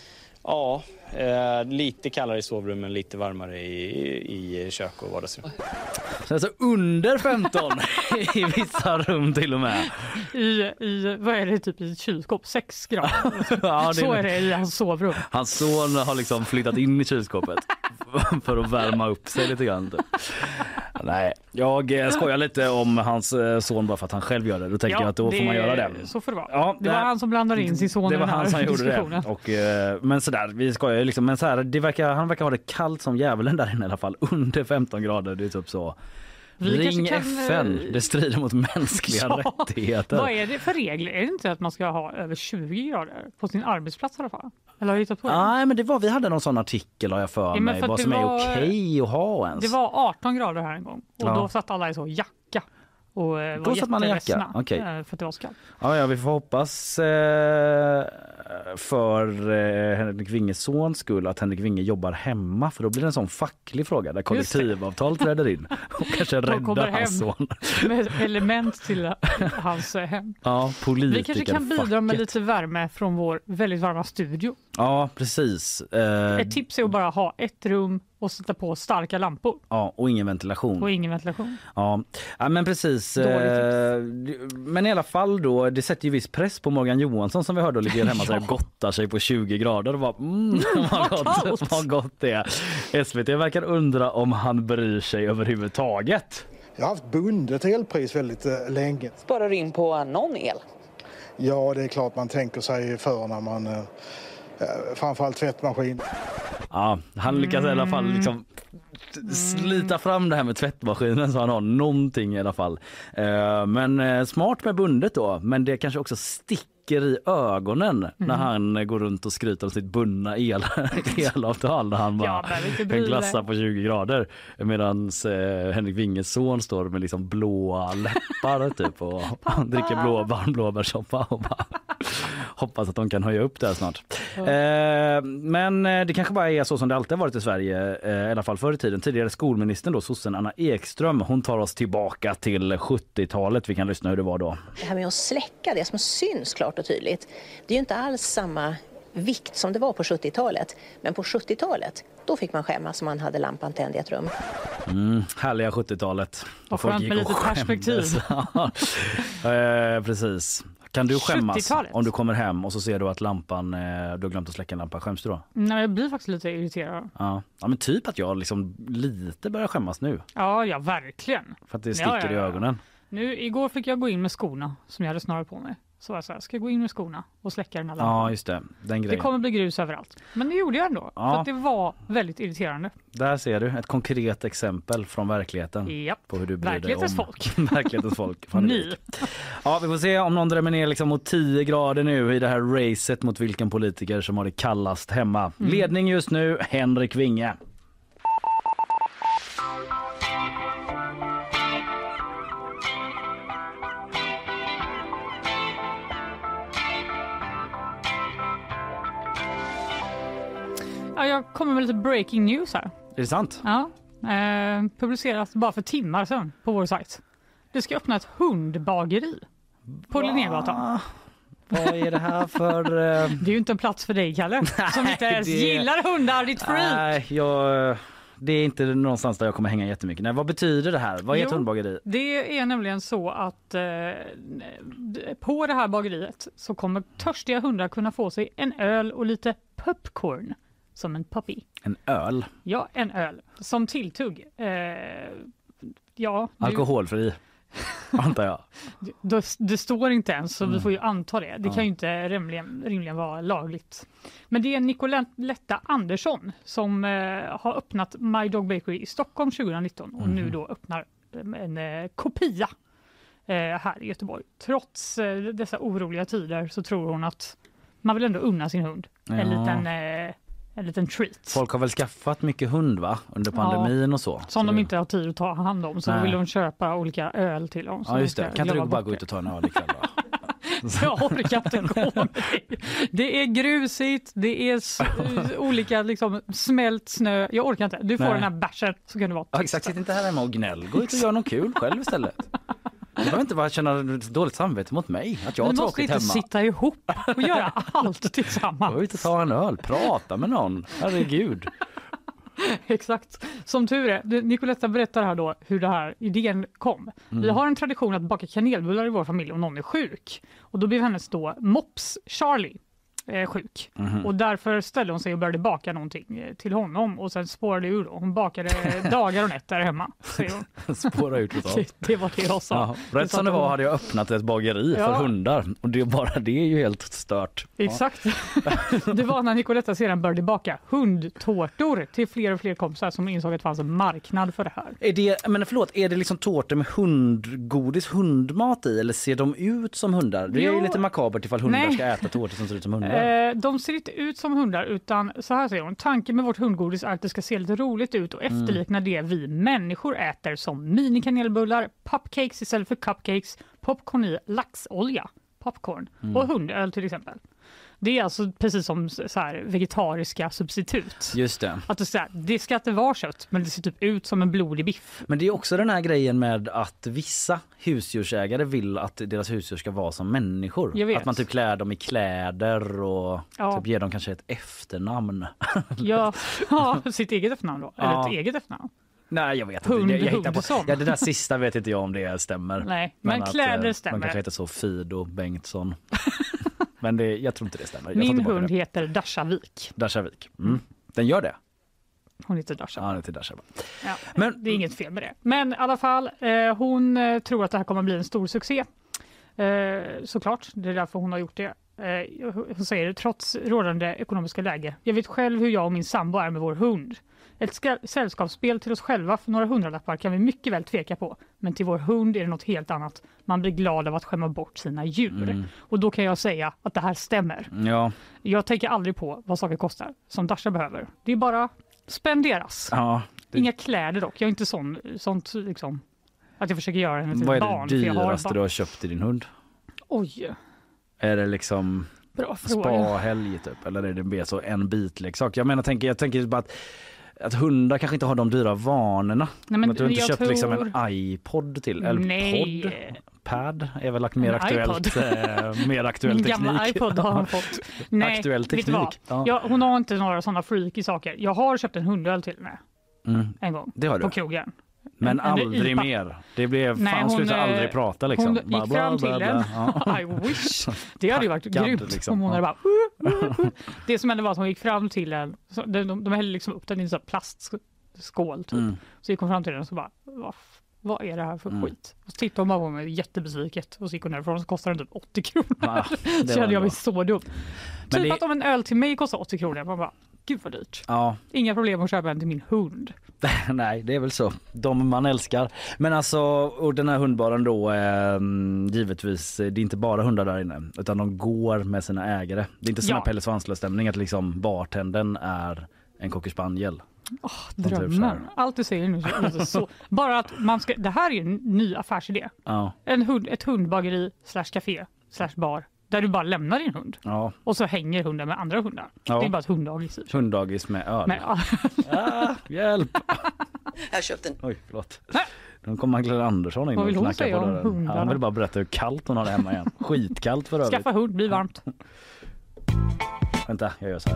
S16: Ja, eh, lite kallare i sovrummen, lite varmare i, i kök och vardagsrum.
S2: Så alltså under femton i vissa rum till och med.
S3: I, i vad är det, typ i ett kylskåp? sex grader.
S2: Ja, det
S3: så är det i hans sovrum.
S2: Hans son har liksom flyttat in i kylskåpet för att värma upp sig lite grann. Typ. Nej, jag skojar lite om hans son bara för att han själv gör det. Då tänker ja, jag att då det, får man göra det.
S3: Så får det vara.
S2: Ja,
S3: det var han som blandade in sin son.
S2: Det var han som gjorde det. Och, men sådär, vi skojar liksom. Men så här, det verkar, han verkar ha det kallt som djävulen där inne i alla fall. Under femton grader, det är typ så. Vi Ring kan, F N, det strider mot mänskliga ja, rättigheter.
S3: Vad är det för regler? Är det inte att man ska ha över tjugo grader på sin arbetsplats i alla fall? Eller har du hittat på det?
S2: Nej, men det var, vi hade någon sån artikel har jag för ja, mig, för vad som var, är okej att ha ens.
S3: Det var arton grader här en gång och ja. Då satt alla i så jacka. Och var
S2: då satt man i jacka. Okay.
S3: För att det var skallt.
S2: Ja, ja, vi får hoppas eh, för eh, Henrik Winges sons skull att Henrik Winge jobbar hemma, för då blir det en sån facklig fråga där kollektivavtal träder in och kanske räddar hans son.
S3: Med element till hans hem.
S2: Ja, politiker.
S3: Vi kanske kan bidra med lite värme från vår väldigt varma studio.
S2: Ja, precis. Eh,
S3: ett tips är att bara ha ett rum och sätta på starka lampor.
S2: Ja, och ingen ventilation.
S3: Och ingen ventilation.
S2: Ja, ja men precis. Eh, men i alla fall då, det sätter ju viss press på Morgan Johansson som vi hörde och ligger hemma ja. och gottar sig på tjugo grader och bara, mm, vad, gott, vad gott det är. S V T verkar undra om han bryr sig överhuvudtaget.
S14: Jag har haft bundet elpris väldigt äh, länge.
S17: Sparar du in på någon el?
S14: Ja, det är klart man tänker sig för när man... Äh, framförallt tvättmaskin.
S2: Ja, han lyckas mm. i alla fall liksom slita fram det här med tvättmaskinen så han har någonting i alla fall. Men smart med bundet då, men det kanske också sticker i ögonen mm. när han går runt och skryter om sitt bundna el, elavtal när han bara ja, kan glassa på tjugo grader medan eh, Henrik Winges son står med liksom blåa läppar typ och dricker blåbär, blåbärssoppa och bara hoppas att de kan höja upp det här snart. Ja. Eh, men det kanske bara är så som det alltid har varit i Sverige, eh, i alla fall förr i tiden. Tidigare skolministern då, sossen Anna Ekström, hon tar oss tillbaka till sjuttiotalet. Vi kan lyssna hur det var då.
S18: Det här med att släcka det som syns klart och tydligt, det är ju inte alls samma vikt som det var på sjuttiotalet. Men på sjuttiotalet, då fick man skämmas om man hade lampan tänd i ett rum.
S2: Mm, härliga sjuttiotalet.
S3: Och skönt med lite perspektiv.
S2: eh, precis. Kan du skämmas
S3: sjuttiotalet?
S2: Om du kommer hem och så ser du att lampan, eh, du har glömt att släcka en lampa? Skäms du då?
S3: Nej, jag blir faktiskt lite irriterad.
S2: Ja. Ja, men typ att jag liksom lite börjar skämmas nu.
S3: Ja, ja, verkligen.
S2: För att det sticker
S3: ja, ja, ja.
S2: i ögonen.
S3: Nu, igår fick jag gå in med skorna som jag hade snarare på mig. Så var jag så här, ska jag gå in med skorna och släcka den här lampan?
S2: Ja, just det. Den grejen.
S3: Det kommer bli grus överallt. Men det gjorde jag ändå.
S2: Ja.
S3: För att det var väldigt irriterande.
S2: Där ser du ett konkret exempel från verkligheten.
S3: Japp.
S2: På hur du bryr dig
S3: Verklighetens
S2: om
S3: folk.
S2: verklighetens folk. Ny. Ja, vi får se om någon drämmer ner liksom mot tio grader nu i det här racet mot vilken politiker som har det kallast hemma. Mm. Ledning just nu, Henrik Winge.
S3: Ja, jag kommer med lite breaking news här.
S2: Är det sant?
S3: Ja, eh, publicerat bara för timmar sedan på vår sajt. Det ska öppna ett hundbageri på Linnégatan.
S2: Vad är det här för... Uh...
S3: Det är ju inte en plats för dig, Kalle, som inte ens
S2: det...
S3: gillar hundar, ditt freak.
S2: Nej, jag... det är inte någonstans där jag kommer hänga jättemycket. Nej, vad betyder det här? Vad är
S3: jo,
S2: ett hundbageri?
S3: Det är nämligen så att eh, på det här bageriet så kommer törstiga hundar kunna få sig en öl och lite popcorn. Som en puppy.
S2: En öl?
S3: Ja, en öl. Som tilltugg. Eh, ja, du...
S2: Alkoholfri, antar jag.
S3: Det, det står inte ens, så
S2: mm.
S3: vi får ju anta det. Det
S2: ja.
S3: kan ju inte rimligen, rimligen vara lagligt. Men det är Nicoletta Andersson som eh, har öppnat My Dog Bakery i Stockholm tjugonitton och mm. nu då öppnar en eh, kopia eh, här i Göteborg. Trots eh, dessa oroliga tider så tror hon att man vill ändå unna sin hund.
S2: Ja.
S3: En liten... Eh, En liten treat.
S2: Folk har väl skaffat mycket hund, va? Under pandemin
S3: ja,
S2: och så.
S3: Som
S2: så
S3: de
S2: det...
S3: inte har tid att ta hand om. Så Nej. Då vill de köpa olika öl till dem.
S2: Ja, just det. Kan inte du bara gå ut och ta en öl ikväll då?
S3: Jag orkar inte gå med det. Det är grusigt, det är s- olika liksom, smält snö. Jag orkar inte. Du får Nej. Den här bärsen så kan du vara tyst.
S2: Ja, exakt, sitt inte här hemma och gnäll. Gå ut och gör något kul själv istället. Du behöver inte bara känna dåligt samvete mot mig. Att jag har tråkigt hemma.
S3: Vi måste inte sitta ihop och göra allt tillsammans.
S2: Gå ut och ta en öl, prata med någon. Herregud.
S3: Exakt. Som tur är, Nicoletta berättar här då hur det här idén kom. Mm. Vi har en tradition att baka kanelbullar i vår familj om någon är sjuk. Och då blev hennes då mops Charlie eh, sjuk. Mm. Och därför ställde hon sig och började baka någonting till honom. Och sen spårade ur då. Hon bakade dagar och nätter hemma.
S2: Spåra ut totalt.
S3: Det, det var det jag sa.
S2: Jaha. Rätt som det var hade jag öppnat ett bageri ja. för hundar. Och det, bara, det är ju helt stört.
S3: Exakt. Ja. Det var när Nicoletta sedan började baka hundtårtor till fler och fler kompisar som insåg att det fanns en marknad för det här.
S2: Är det, men förlåt, är det liksom tårtor med hundgodis, hundmat i? Eller ser de ut som hundar? Det är jo. ju lite makabert ifall hundar Nej. ska äta tårtor som ser ut som hundar.
S3: Eh, de ser inte ut som hundar utan så här säger hon. Tanken med vårt hundgodis är att det ska se lite roligt ut och mm. efterlikna det vi människor äter som minikanelbullar, popcakes istället för cupcakes, popcorn i laxolja, popcorn mm. och hundöl till exempel. Det är alltså precis som så här vegetariska substitut.
S2: Just det.
S3: Att det, så här, det ska inte vara kött, men det ser typ ut som en blodig biff.
S2: Men det är också den här grejen med att vissa husdjursägare vill att deras husdjur ska vara som människor. Att man typ klär dem i kläder och ja. typ ger dem kanske ett efternamn.
S3: Ja, ja sitt eget efternamn då. Eller ja. ett eget efternamn.
S2: Nej, jag vet
S3: Hund,
S2: inte. Jag, jag hittar på.
S3: Ja,
S2: det där sista vet inte jag om det stämmer.
S3: Nej, men, men kläder att, stämmer.
S2: Man kanske heter så Fido Bengtsson. Men det, jag tror inte det stämmer. Jag
S3: Min hund det. heter Dashavik.
S2: Dashavik. Mm. Den gör det.
S3: Hon heter Dasha.
S2: Ja, hon heter Dasha.
S3: Ja, men det är inget fel med det. Men i alla fall, eh, hon eh, tror att det här kommer bli en stor succé. Eh, såklart, det är därför hon har gjort det. Eh, hon säger det, trots rådande ekonomiska läge. Jag vet själv hur jag och min sambo är med vår hund. Ett ska- sällskapsspel till oss själva för några hundralappar kan vi mycket väl tveka på. Men till vår hund är det något helt annat. Man blir glad av att skämma bort sina djur. Mm. Och då kan jag säga att det här stämmer.
S2: Ja.
S3: Jag tänker aldrig på vad saker kostar som Dasha behöver. Det är bara spenderas.
S2: Ja, det...
S3: Inga kläder dock. Jag är inte sån, sånt liksom att jag försöker göra henne till
S2: vad
S3: barn.
S2: Vad är det dyraste har du har köpt i din hund?
S3: Oj.
S2: Är det liksom
S3: Bra
S2: spa-helg typ? Eller är det mer så en bitleksak? Jag menar, tänker, jag tänker bara att att hundar kanske inte har de dyra vanorna.
S3: Nej, men
S2: att du inte
S3: jag
S2: köpt
S3: tror...
S2: liksom en iPod till. Eller
S3: Nej.
S2: podd. Pad är väl mer
S3: en
S2: aktuellt. Eh, mer aktuell
S3: Min
S2: teknik.
S3: gamla iPod har hon fått. Nej,
S2: aktuell teknik.
S3: Vet du vad?
S2: Ja.
S3: Jag, hon har inte några sådana freaky saker. Jag har köpt en hundöl till henne.
S2: Mm.
S3: En gång.
S2: Det har du.
S3: På krogen.
S2: Men
S3: en, en
S2: aldrig
S3: IPA.
S2: mer. Det blev
S3: Nej,
S2: fan sluta aldrig prata liksom.
S3: Hon gick
S2: bara,
S3: fram
S2: bla,
S3: till
S2: bla,
S3: den.
S2: Ja.
S3: I wish. Det hade ju varit
S2: Packad,
S3: grymt.
S2: liksom.
S3: Om hon hade
S2: Ja.
S3: bara... Det som hände var att hon gick fram till en. Så de, de, de hällde liksom upp den i en sån här plastskål typ.
S2: Mm.
S3: Så gick hon fram till den och så bara... Vad, vad är det här för
S2: Mm.
S3: skit? Och så tittade hon bara på mig jättebesviket. Och så gick hon därifrån och så kostade den typ åttio kronor.
S2: Ah,
S3: så kände jag mig så dum.
S2: Men
S3: typ
S2: det-
S3: att om en öl till mig kostar åttio kronor. Man bara... Gud vad dyrt.
S2: Ja.
S3: Inga problem att köpa en till min hund.
S2: Nej, det är väl så. De man älskar. Men alltså, och den här hundbaren då, eh, givetvis, det är inte bara hundar där inne, utan de går med sina ägare. Det är inte sån här
S3: Ja.
S2: Pelle Svanslös-stämning att liksom bartendern är en cocker spaniel.
S3: Oh,
S2: Som typ så här.
S3: drömmen. Allt du säger nu så, alltså, så. Bara att man ska, det här är ju en ny affärsidé.
S2: Ja.
S3: En hund, ett hundbageri slash café slash bar där du bara lämnar din hund.
S2: Ja.
S3: Och så hänger hunden med andra hundar.
S2: Ja.
S3: Det är bara ett hunddagis.
S2: Hunddagis med öl.
S3: Men, ja.
S2: Ah, hjälp!
S13: Jag köpte en.
S2: Oj, förlåt. Nu kommer Magdalena Andersson in
S3: Vad vill
S2: och
S3: hon
S2: knackar
S3: säga
S2: på
S3: om
S2: dörren.
S3: hundarna?
S2: Ja, hon vill bara berätta hur kallt hon har det hemma igen. Skitkallt för övrigt.
S3: Skaffa hund, blir varmt.
S2: Vänta, jag gör så här.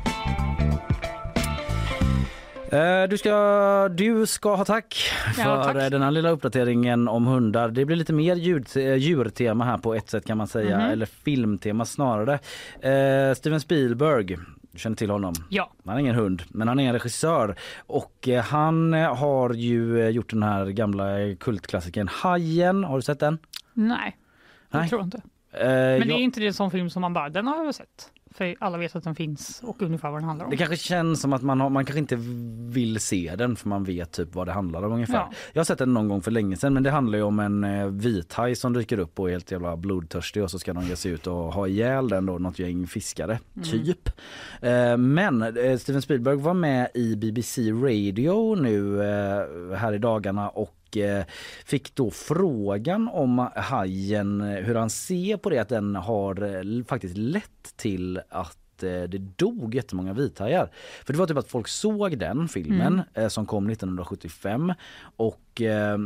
S2: Eh, Du ska, du ska ha tack för
S3: Ja, tack.
S2: eh, den här lilla uppdateringen om hundar. Det blir lite mer ljud, eh, djurtema här på ett sätt kan man säga,
S3: Mhm.
S2: eller filmtema snarare. Eh, Steven Spielberg, du känner till honom?
S3: Ja.
S2: Han är ingen hund, men han är en regissör och eh, han eh, har ju eh, gjort den här gamla eh, kultklassikern Hajen. Har du sett den?
S3: Nej, jag
S2: Nej.
S3: tror inte.
S2: Eh,
S3: Men det
S2: jag-
S3: är inte det en sån film som man bara, den har jag sett. För alla vet att den finns och ungefär vad den handlar om.
S2: Det kanske känns som att man, har, man kanske inte vill se den för man vet typ vad det handlar om ungefär.
S3: Ja.
S2: Jag har sett den någon gång för länge sedan men det handlar ju om en eh, vithaj som dyker upp och är helt jävla blodtörstig och så ska de ge sig ut och ha ihjäl den då, något gäng fiskare,
S3: Mm.
S2: typ. Eh, men eh, Steven Spielberg var med i B B C Radio nu eh, här i dagarna och eh, fick då frågan om Hajen, eh, hur han ser på det att den har eh, faktiskt lett till att eh, det dog jättemånga vithajar. För det var typ att folk såg den filmen
S3: Mm.
S2: eh, som kom nittonhundrasjuttiofem och eh,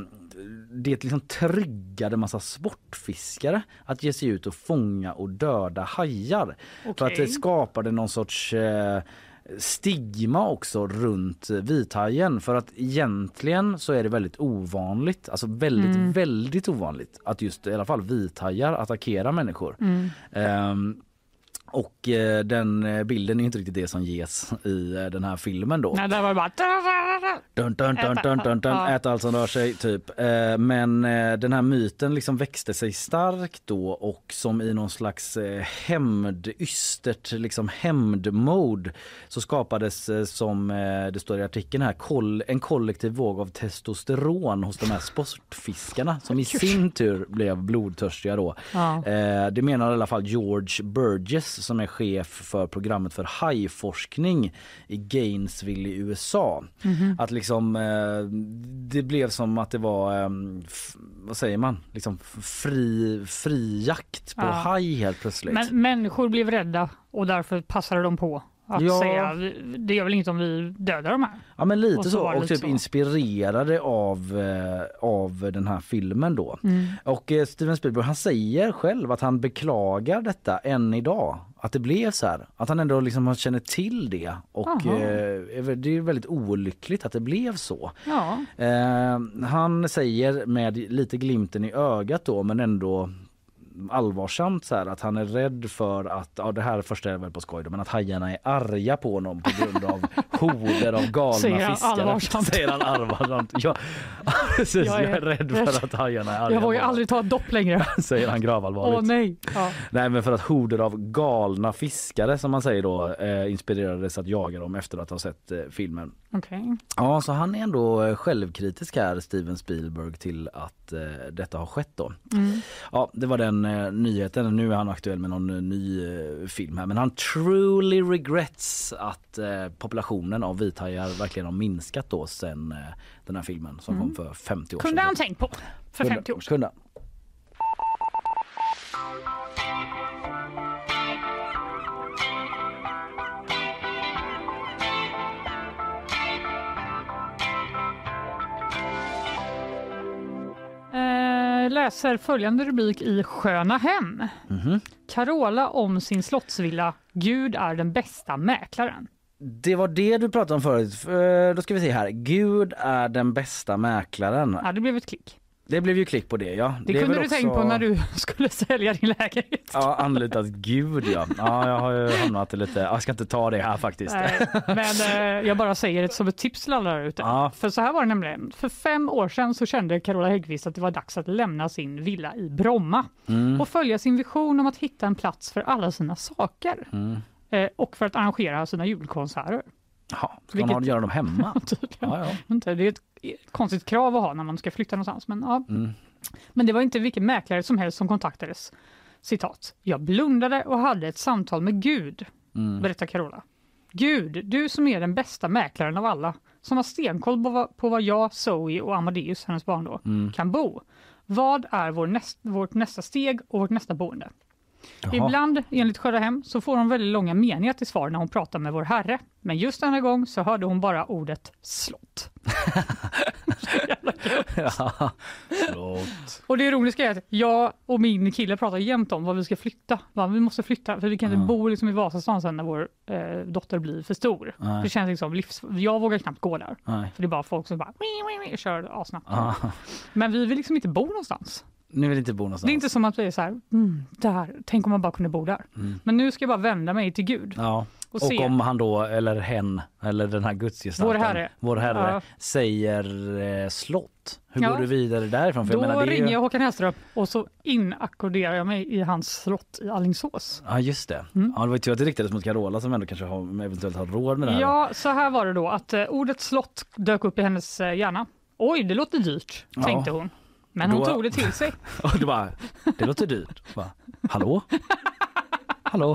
S2: det liksom triggade massa sportfiskare att ge sig ut och fånga och döda hajar. För att
S3: Okej.
S2: det skapade någon sorts eh, stigma också runt vithajen för att egentligen så är det väldigt ovanligt, alltså väldigt
S3: Mm.
S2: väldigt ovanligt att just i alla fall vithajar attackerar människor.
S3: Mm.
S2: Ehm, och eh, den eh, bilden är inte riktigt det som ges i eh, den här filmen då.
S3: Nej, där var det bara...
S2: Dun, dun, dun, dun, dun, dun,
S3: Ja.
S2: äta allt som rör sig typ. Eh, men eh, den här myten liksom växte sig stark då och som i någon slags eh, hämndystert liksom hämndmode så skapades eh, som eh, det står i artikeln här koll, en kollektiv våg av testosteron hos de här sportfiskarna som i sin tur blev blodtörstiga då.
S3: Ja.
S2: Eh, det menar i alla fall George Burgess som är chef för programmet för hajforskning i Gainesville i U S A.
S3: Mhm.
S2: Att liksom eh, det blev som att det var eh, f- vad säger man? Liksom fri fri jakt på
S3: Ja.
S2: haj helt plötsligt.
S3: Men människor blev rädda och därför passade de på att
S2: Ja.
S3: säga det gör väl inte om vi dödar de här.
S2: Ja men lite
S3: Och så
S2: så
S3: var det
S2: och
S3: lite
S2: typ
S3: så.
S2: inspirerade av, eh, av den här filmen då.
S3: Mm.
S2: Och eh, Steven Spielberg han säger själv att han beklagar detta än idag. Att det blev så här. Att han ändå liksom känner till det. Och
S3: Aha.
S2: eh, det är väldigt olyckligt att det blev så.
S3: Ja.
S2: Eh, han säger med lite glimten i ögat då men ändå allvarsamt så här att han är rädd för att, ja det här första är väl på skoj då, men att hajarna är arga på honom på grund av horder av galna
S3: Säger han
S2: fiskare.
S3: allvarsamt.
S2: Säger han allvarsamt. Ja, precis, jag,
S3: Jag är
S2: är rädd för att hajarna är arga
S3: Jag vågar
S2: på honom.
S3: aldrig ta ett dopp längre.
S2: Säger han gravallvarligt.
S3: Åh nej. Ja.
S2: Nej men för att horder av galna fiskare som man säger då eh, inspirerades att jaga dem efter att ha sett eh, filmen.
S3: Okej.
S2: Ja, så han är ändå eh, självkritisk här, Steven Spielberg, till att eh, detta har skett då.
S3: Mm.
S2: Ja, det var den eh, nyheten. Nu är han aktuell med någon eh, ny eh, film här. Men han truly regrets att eh, populationen av vithajar verkligen har minskat då sen eh, den här filmen som
S3: Mm.
S2: kom för femtio år
S3: Kunde
S2: sedan.
S3: han tänkt på för
S2: Kunde-
S3: femtio år sedan.
S2: Kunde han.
S3: läser följande rubrik i Sköna hem.
S2: Mhm.
S3: Carola om sin slottsvilla. Gud är den bästa mäklaren.
S2: Det var det du pratade om förut. För, då ska vi se här. Gud är den bästa mäklaren.
S3: Ja, det blev ett klick.
S2: Det blev ju klick på det, ja.
S3: Det,
S2: det
S3: kunde du
S2: också...
S3: tänkt på när du skulle sälja din lägenhet.
S2: Ja, anlitat Gud, ja. Ja, jag har ju hamnat lite... Jag ska inte ta det här faktiskt.
S3: Nej, men eh, jag bara säger det som ett tips till alla där ute.
S2: Ja.
S3: För så här var det nämligen. För fem år sedan så kände Carola Häggkvist att det var dags att lämna sin villa i Bromma.
S2: Mm.
S3: Och följa sin vision om att hitta en plats för alla sina saker.
S2: Mm.
S3: Eh, och för att arrangera sina julkonserter.
S2: Ja, ska Vilket... man göra dem hemma?
S3: ja, ja. Inte, det är ett konstigt krav att ha när man ska flytta någonstans. Men, ja.
S2: Mm.
S3: men det var inte vilken mäklare som helst som kontaktades. Citat. Jag blundade och hade ett samtal med Gud, mm. berättar Carola. Gud, du som är den bästa mäklaren av alla. Som har stenkoll på vad, på vad jag, Zoe och Amadeus, hennes barn då, mm. kan bo. Vad är vår näst, vårt nästa steg och vårt nästa boende? Jaha. Ibland, enligt Sköna hem, så får hon väldigt långa meningar till svar när hon pratar med vår herre. Men just denna gång så hörde hon bara ordet slott.
S2: ja, slott.
S3: Och det ironiska är att jag och min kille pratar jämt om vad vi ska flytta. Vad vi måste flytta, för vi kan inte mm. bo liksom i Vasastan sen när vår eh, dotter blir för stor. Nej. Det känns liksom livs... Jag vågar knappt gå där. Nej. För det är bara folk som bara kör asnabbt. Ah. Men vi vill liksom inte bo någonstans.
S2: Nu vill inte bo någonstans.
S3: Det är inte som att vi är så här, mm, där, tänk om man bara kunde bo där. Mm. Men nu ska jag bara vända mig till Gud.
S2: Ja. Och, och
S3: se.
S2: om han då, eller hen, eller den här gudsgestalten,
S3: vår herre,
S2: vår herre
S3: ja.
S2: säger eh, slott. Hur
S3: ja.
S2: går du vidare därifrån? För
S3: då
S2: jag menar, det
S3: ringer
S2: ju...
S3: jag Håkan Hellström och så inakkorderar jag mig i hans slott i Alingsås.
S2: Ja, just det. Mm. Ja, det var ju tur att det riktades mot Carola som ändå kanske har, eventuellt har råd med det här.
S3: Ja, så här var det då att uh, ordet slott dök upp i hennes uh, hjärna. Oj, det låter dyrt, ja. tänkte hon. Men då, hon tog det till sig.
S2: Och du bara, det låter dyrt. Bara, hallå? Hallå?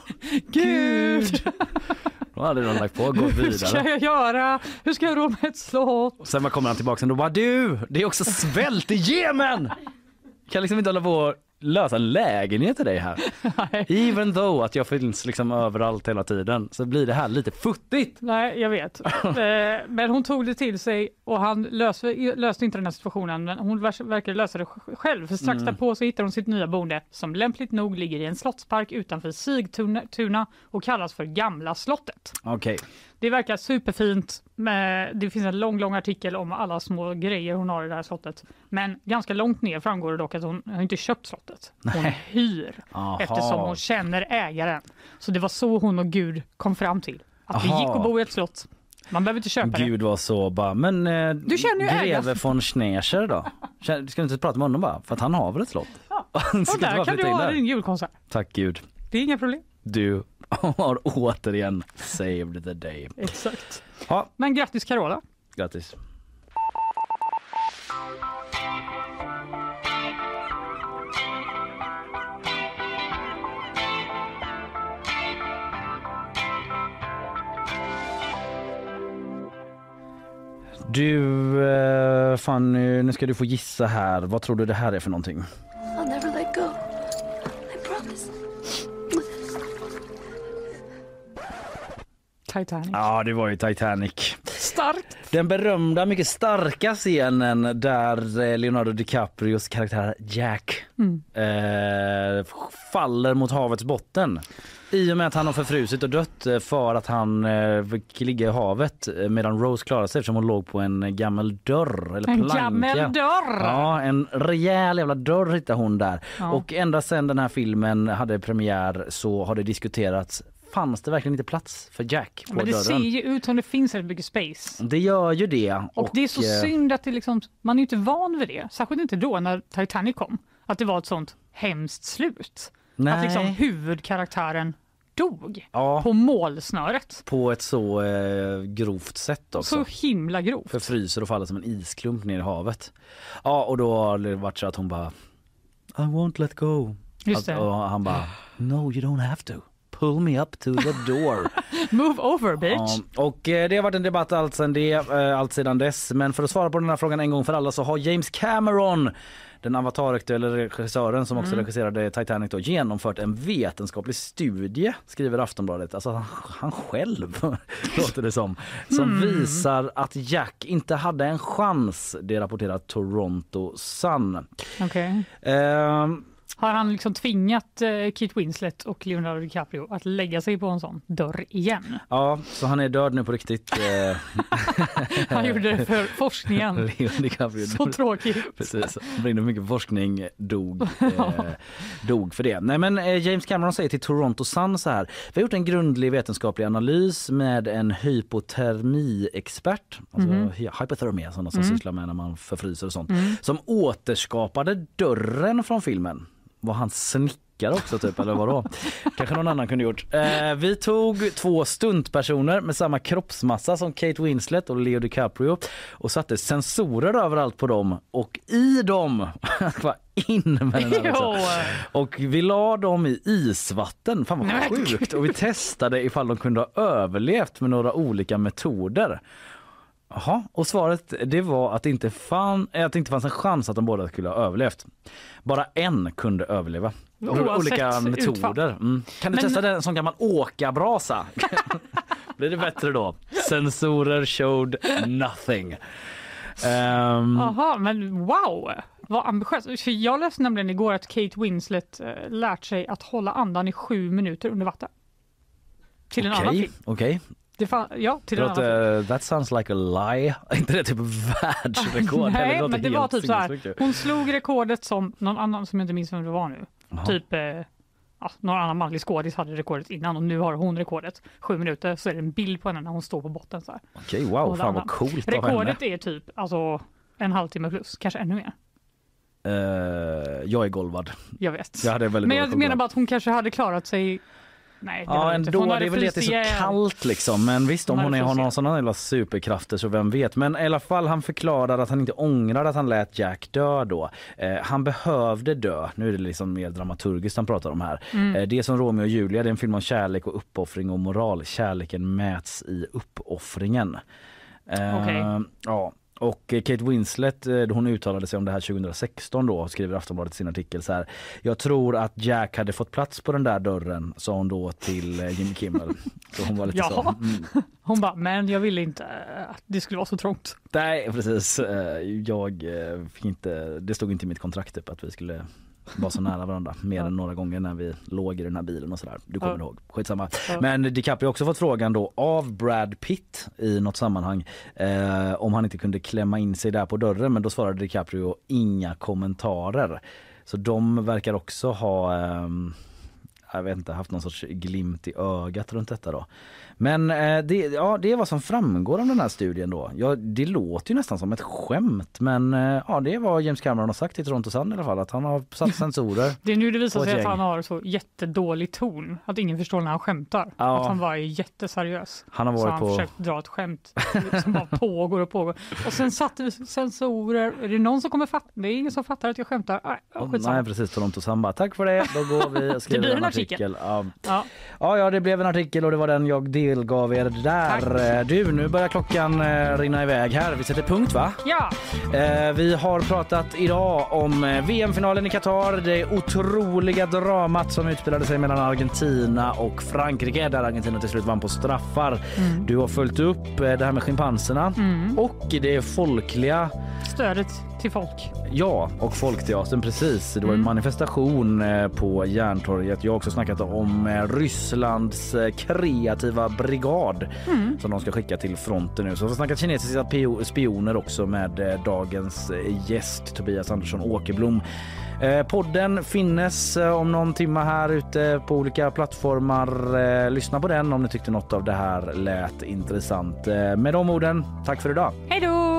S3: Gud!
S2: Då hade de lagt på och gått vidare.
S3: Hur ska jag göra? Hur ska jag ro med ett slott?
S2: Och sen kommer han tillbaka och då bara, du, det är också svält i Jemen! Kan liksom inte hålla på och lösa en lägenhet till dig här. Nej. Even though att jag finns liksom överallt hela tiden så blir det här lite futtigt.
S3: Nej, jag vet. Men hon tog det till sig och han löste, löste inte den här situationen. Men hon verkar lösa det själv. För strax mm. därpå så hittar hon sitt nya boende som lämpligt nog ligger i en slottspark utanför Sigtuna och kallas för Gamla slottet.
S2: Okej. Okay.
S3: Det verkar superfint. Med, det finns en lång, lång artikel om alla små grejer hon har i det här slottet. Men ganska långt ner framgår det dock att hon har inte köpt slottet. Hon Nej. hyr Aha. eftersom hon känner ägaren. Så det var så hon och Gud kom fram till. Att Aha. det gick att bo i ett slott. Man behöver inte köpa
S2: Gud det.
S3: Gud
S2: var så bara, men eh,
S3: du känner ju
S2: greve
S3: ägaren.
S2: von Schneerscher då? Du ska inte prata med honom bara, för att han har väl ett slott.
S3: Ja. Och där kan du ha din julkonsert.
S2: Tack Gud.
S3: Det är inga problem.
S2: Du har återigen saved the day.
S3: Exakt.
S2: Ja.
S3: Men grattis Carola.
S2: Grattis. Du, eh, fan, nu ska du få gissa här. Vad tror du det här är för någonting?
S19: I'll never let go. I promise.
S3: Titanic.
S2: Ja, det var ju Titanic.
S3: Starkt.
S2: Den berömda, mycket starka scenen där Leonardo DiCaprios karaktär Jack mm. eh, faller mot havets botten. I och med att han har förfrusit och dött för att han eh, fick ligga i havet medan Rose klarade sig eftersom hon låg på en gammal dörr eller
S3: en
S2: planka.
S3: gammal dörr!
S2: Ja, en rejäl jävla dörr hittade hon där.
S3: Ja.
S2: Och ända sedan den här filmen hade premiär så har det diskuterats, fanns det verkligen inte plats för Jack på
S3: Men det
S2: dörren?
S3: ser ju ut som det finns ett mycket space.
S2: Det gör ju det.
S3: Och, och det är så
S2: eh...
S3: synd att det liksom, man är inte van vid det. Särskilt inte då när Titanic kom. Att det var ett sånt hemskt slut.
S2: Nej.
S3: Att liksom huvudkaraktären dog
S2: ja.
S3: på målsnöret.
S2: På ett så eh, grovt sätt också.
S3: Så himla grovt.
S2: För fryser och faller som en isklump ner i havet. Ja, och då har det varit så att hon bara I won't let go.
S3: Just det.
S2: Att, och han bara no you don't have to. pull me up to the door.
S3: Move over, bitch.
S2: Ja, och eh, det har varit en debatt allt sedan, det, eh, allt sedan dess. Men för att svara på den här frågan en gång för alla så har James Cameron, den avataraktuella regissören som också mm. regisserade Titanic då, genomfört en vetenskaplig studie, skriver Aftonbladet. Alltså han, han själv låter det som. Som mm. visar att Jack inte hade en chans, det rapporterar Toronto Sun.
S3: Okej.
S2: Okay. Uh,
S3: Har han liksom tvingat eh, Kate Winslet och Leonardo DiCaprio att lägga sig på en sån dörr igen?
S2: Ja, så han är död nu på riktigt.
S3: Han gjorde det för forskningen.
S2: Leonardo DiCaprio.
S3: Så tråkigt.
S2: Precis, brinner mycket forskning, dog, eh, dog för det. Nej, men eh, James Cameron säger till Toronto Sun så här: vi har gjort en grundlig vetenskaplig analys med en hypotermiexpert, alltså mm. hypothermia, sådana som mm. sysslar med när man förfryser och sånt, mm. som återskapade dörren från filmen. Var han snickare också typ, eller vadå? Kanske någon annan kunde gjort. Eh, vi tog två stuntpersoner med samma kroppsmassa som Kate Winslet och Leo DiCaprio och satte sensorer överallt på dem och i dem var in med den här också. Och vi la dem i isvatten. Fan vad sjukt. Och vi testade ifall de kunde ha överlevt med några olika metoder. Jaha, och svaret det var att det, inte fan, att det inte fanns en chans att de båda skulle ha överlevt. Bara en kunde överleva.
S3: Oavsett
S2: olika metoder. Mm. Kan du Men... testa den som gammal åkabrasa? Blir det bättre då? Sensorer showed nothing.
S3: Jaha, um... men wow! Vad ambitiöst. För jag läste nämligen igår att Kate Winslet uh, lärt sig att hålla andan i sju minuter under vatten. Till
S2: okay,
S3: en annan film.
S2: Okej, okay.
S3: Det fa- ja, till
S2: Förlåt, uh, that sounds like a lie. Inte det typ världsrekord?
S3: Nej,
S2: det
S3: men det var typ så här. Hon slog rekordet som någon annan som jag inte minns vem det var nu. Aha. Typ eh, ja, någon annan manlig skådis hade rekordet innan och nu har hon rekordet. Sju minuter så är det en bild på henne när hon står på botten så här.
S2: Okej, okay, wow, fan vad coolt av henne.
S3: Rekordet är typ alltså en halvtimme plus, kanske ännu mer.
S2: Uh, jag är golvad.
S3: Jag vet.
S2: Jag hade väldigt
S3: men jag menar bara att hon kanske hade klarat sig. Nej, det
S2: ja, ändå, det är väl lite så kallt liksom. Men visst, om hon, hon har någon sån här superkrafter så vem vet. Men i alla fall, han förklarar att han inte ångrar att han lät Jack dö då. Eh, han behövde dö. Nu är det liksom mer dramaturgiskt han pratar om här. Mm. Eh, det är som Romeo och Julia, det är en film om kärlek och uppoffring och moral. Kärleken mäts i uppoffringen. Eh,
S3: okay.
S2: Ja. Och Kate Winslet, hon uttalade sig om det här tjugohundrasexton då och skriver Aftonbladet i sin artikel så här: jag tror att Jack hade fått plats på den där dörren, sa hon då till Jimmy Kimmel. Så hon var lite
S3: ja.
S2: så. Mm.
S3: Hon bara, men jag ville inte att det skulle vara så trångt.
S2: Nej, precis. Jag fick inte, det stod inte i mitt kontrakt typ, att vi skulle vara så nära varandra mer ja. än några gånger när vi låg i den här bilen och sådär. Du kommer ja. ihåg. Skitsamma. Ja. Men DiCaprio har också fått frågan då av Brad Pitt i något sammanhang eh, om han inte kunde klämma in sig där på dörren, men då svarade DiCaprio inga kommentarer. Så de verkar också ha eh, jag vet inte, haft någon sorts glimt i ögat runt detta då. Men eh, det, ja, det är vad som framgår av den här studien då. Ja, det låter ju nästan som ett skämt, men eh, ja, det är vad James Cameron har sagt till Toronto Sun i alla fall, att han har satt sensorer.
S3: Det är nu det visar sig att han har så jättedålig ton, att ingen förstår när han skämtar. Ja. Att han var jätteseriös. Han har varit så han på... försökt dra ett skämt som bara pågår och pågår. Och sen satte vi sensorer. Är det någon som kommer fatta? Det är ingen som fattar att jag skämtar. Nej,
S2: oh, nej precis, Toronto Sun bara, tack för det, då går vi och skriver en artikel. artikel. Ja.
S3: Ja.
S2: ja, ja, det blev en artikel och det var den jag delgav er där. Tack. Du, nu börjar klockan eh, rinna iväg här. Vi sätter punkt, va?
S3: Ja.
S2: Eh, vi har pratat idag om V M-finalen i Qatar, det otroliga dramat som utspelade sig mellan Argentina och Frankrike, där Argentina till slut vann på straffar. Mm. Du har följt upp eh, det här med schimpanserna mm. och det folkliga
S3: stödet till folk.
S2: Ja, och Folkteatern, precis. Det var en mm. manifestation på Järntorget. Jag har också snackat om Rysslands kreativa brigad mm. som de ska skicka till fronten nu. Så vi har snackat kinesiska spioner också med dagens gäst Tobias Andersson Åkerblom. Podden finnes om någon timma här ute på olika plattformar. Lyssna på den om ni tyckte något av det här lät intressant. Med de orden, tack för idag.
S3: Hej då!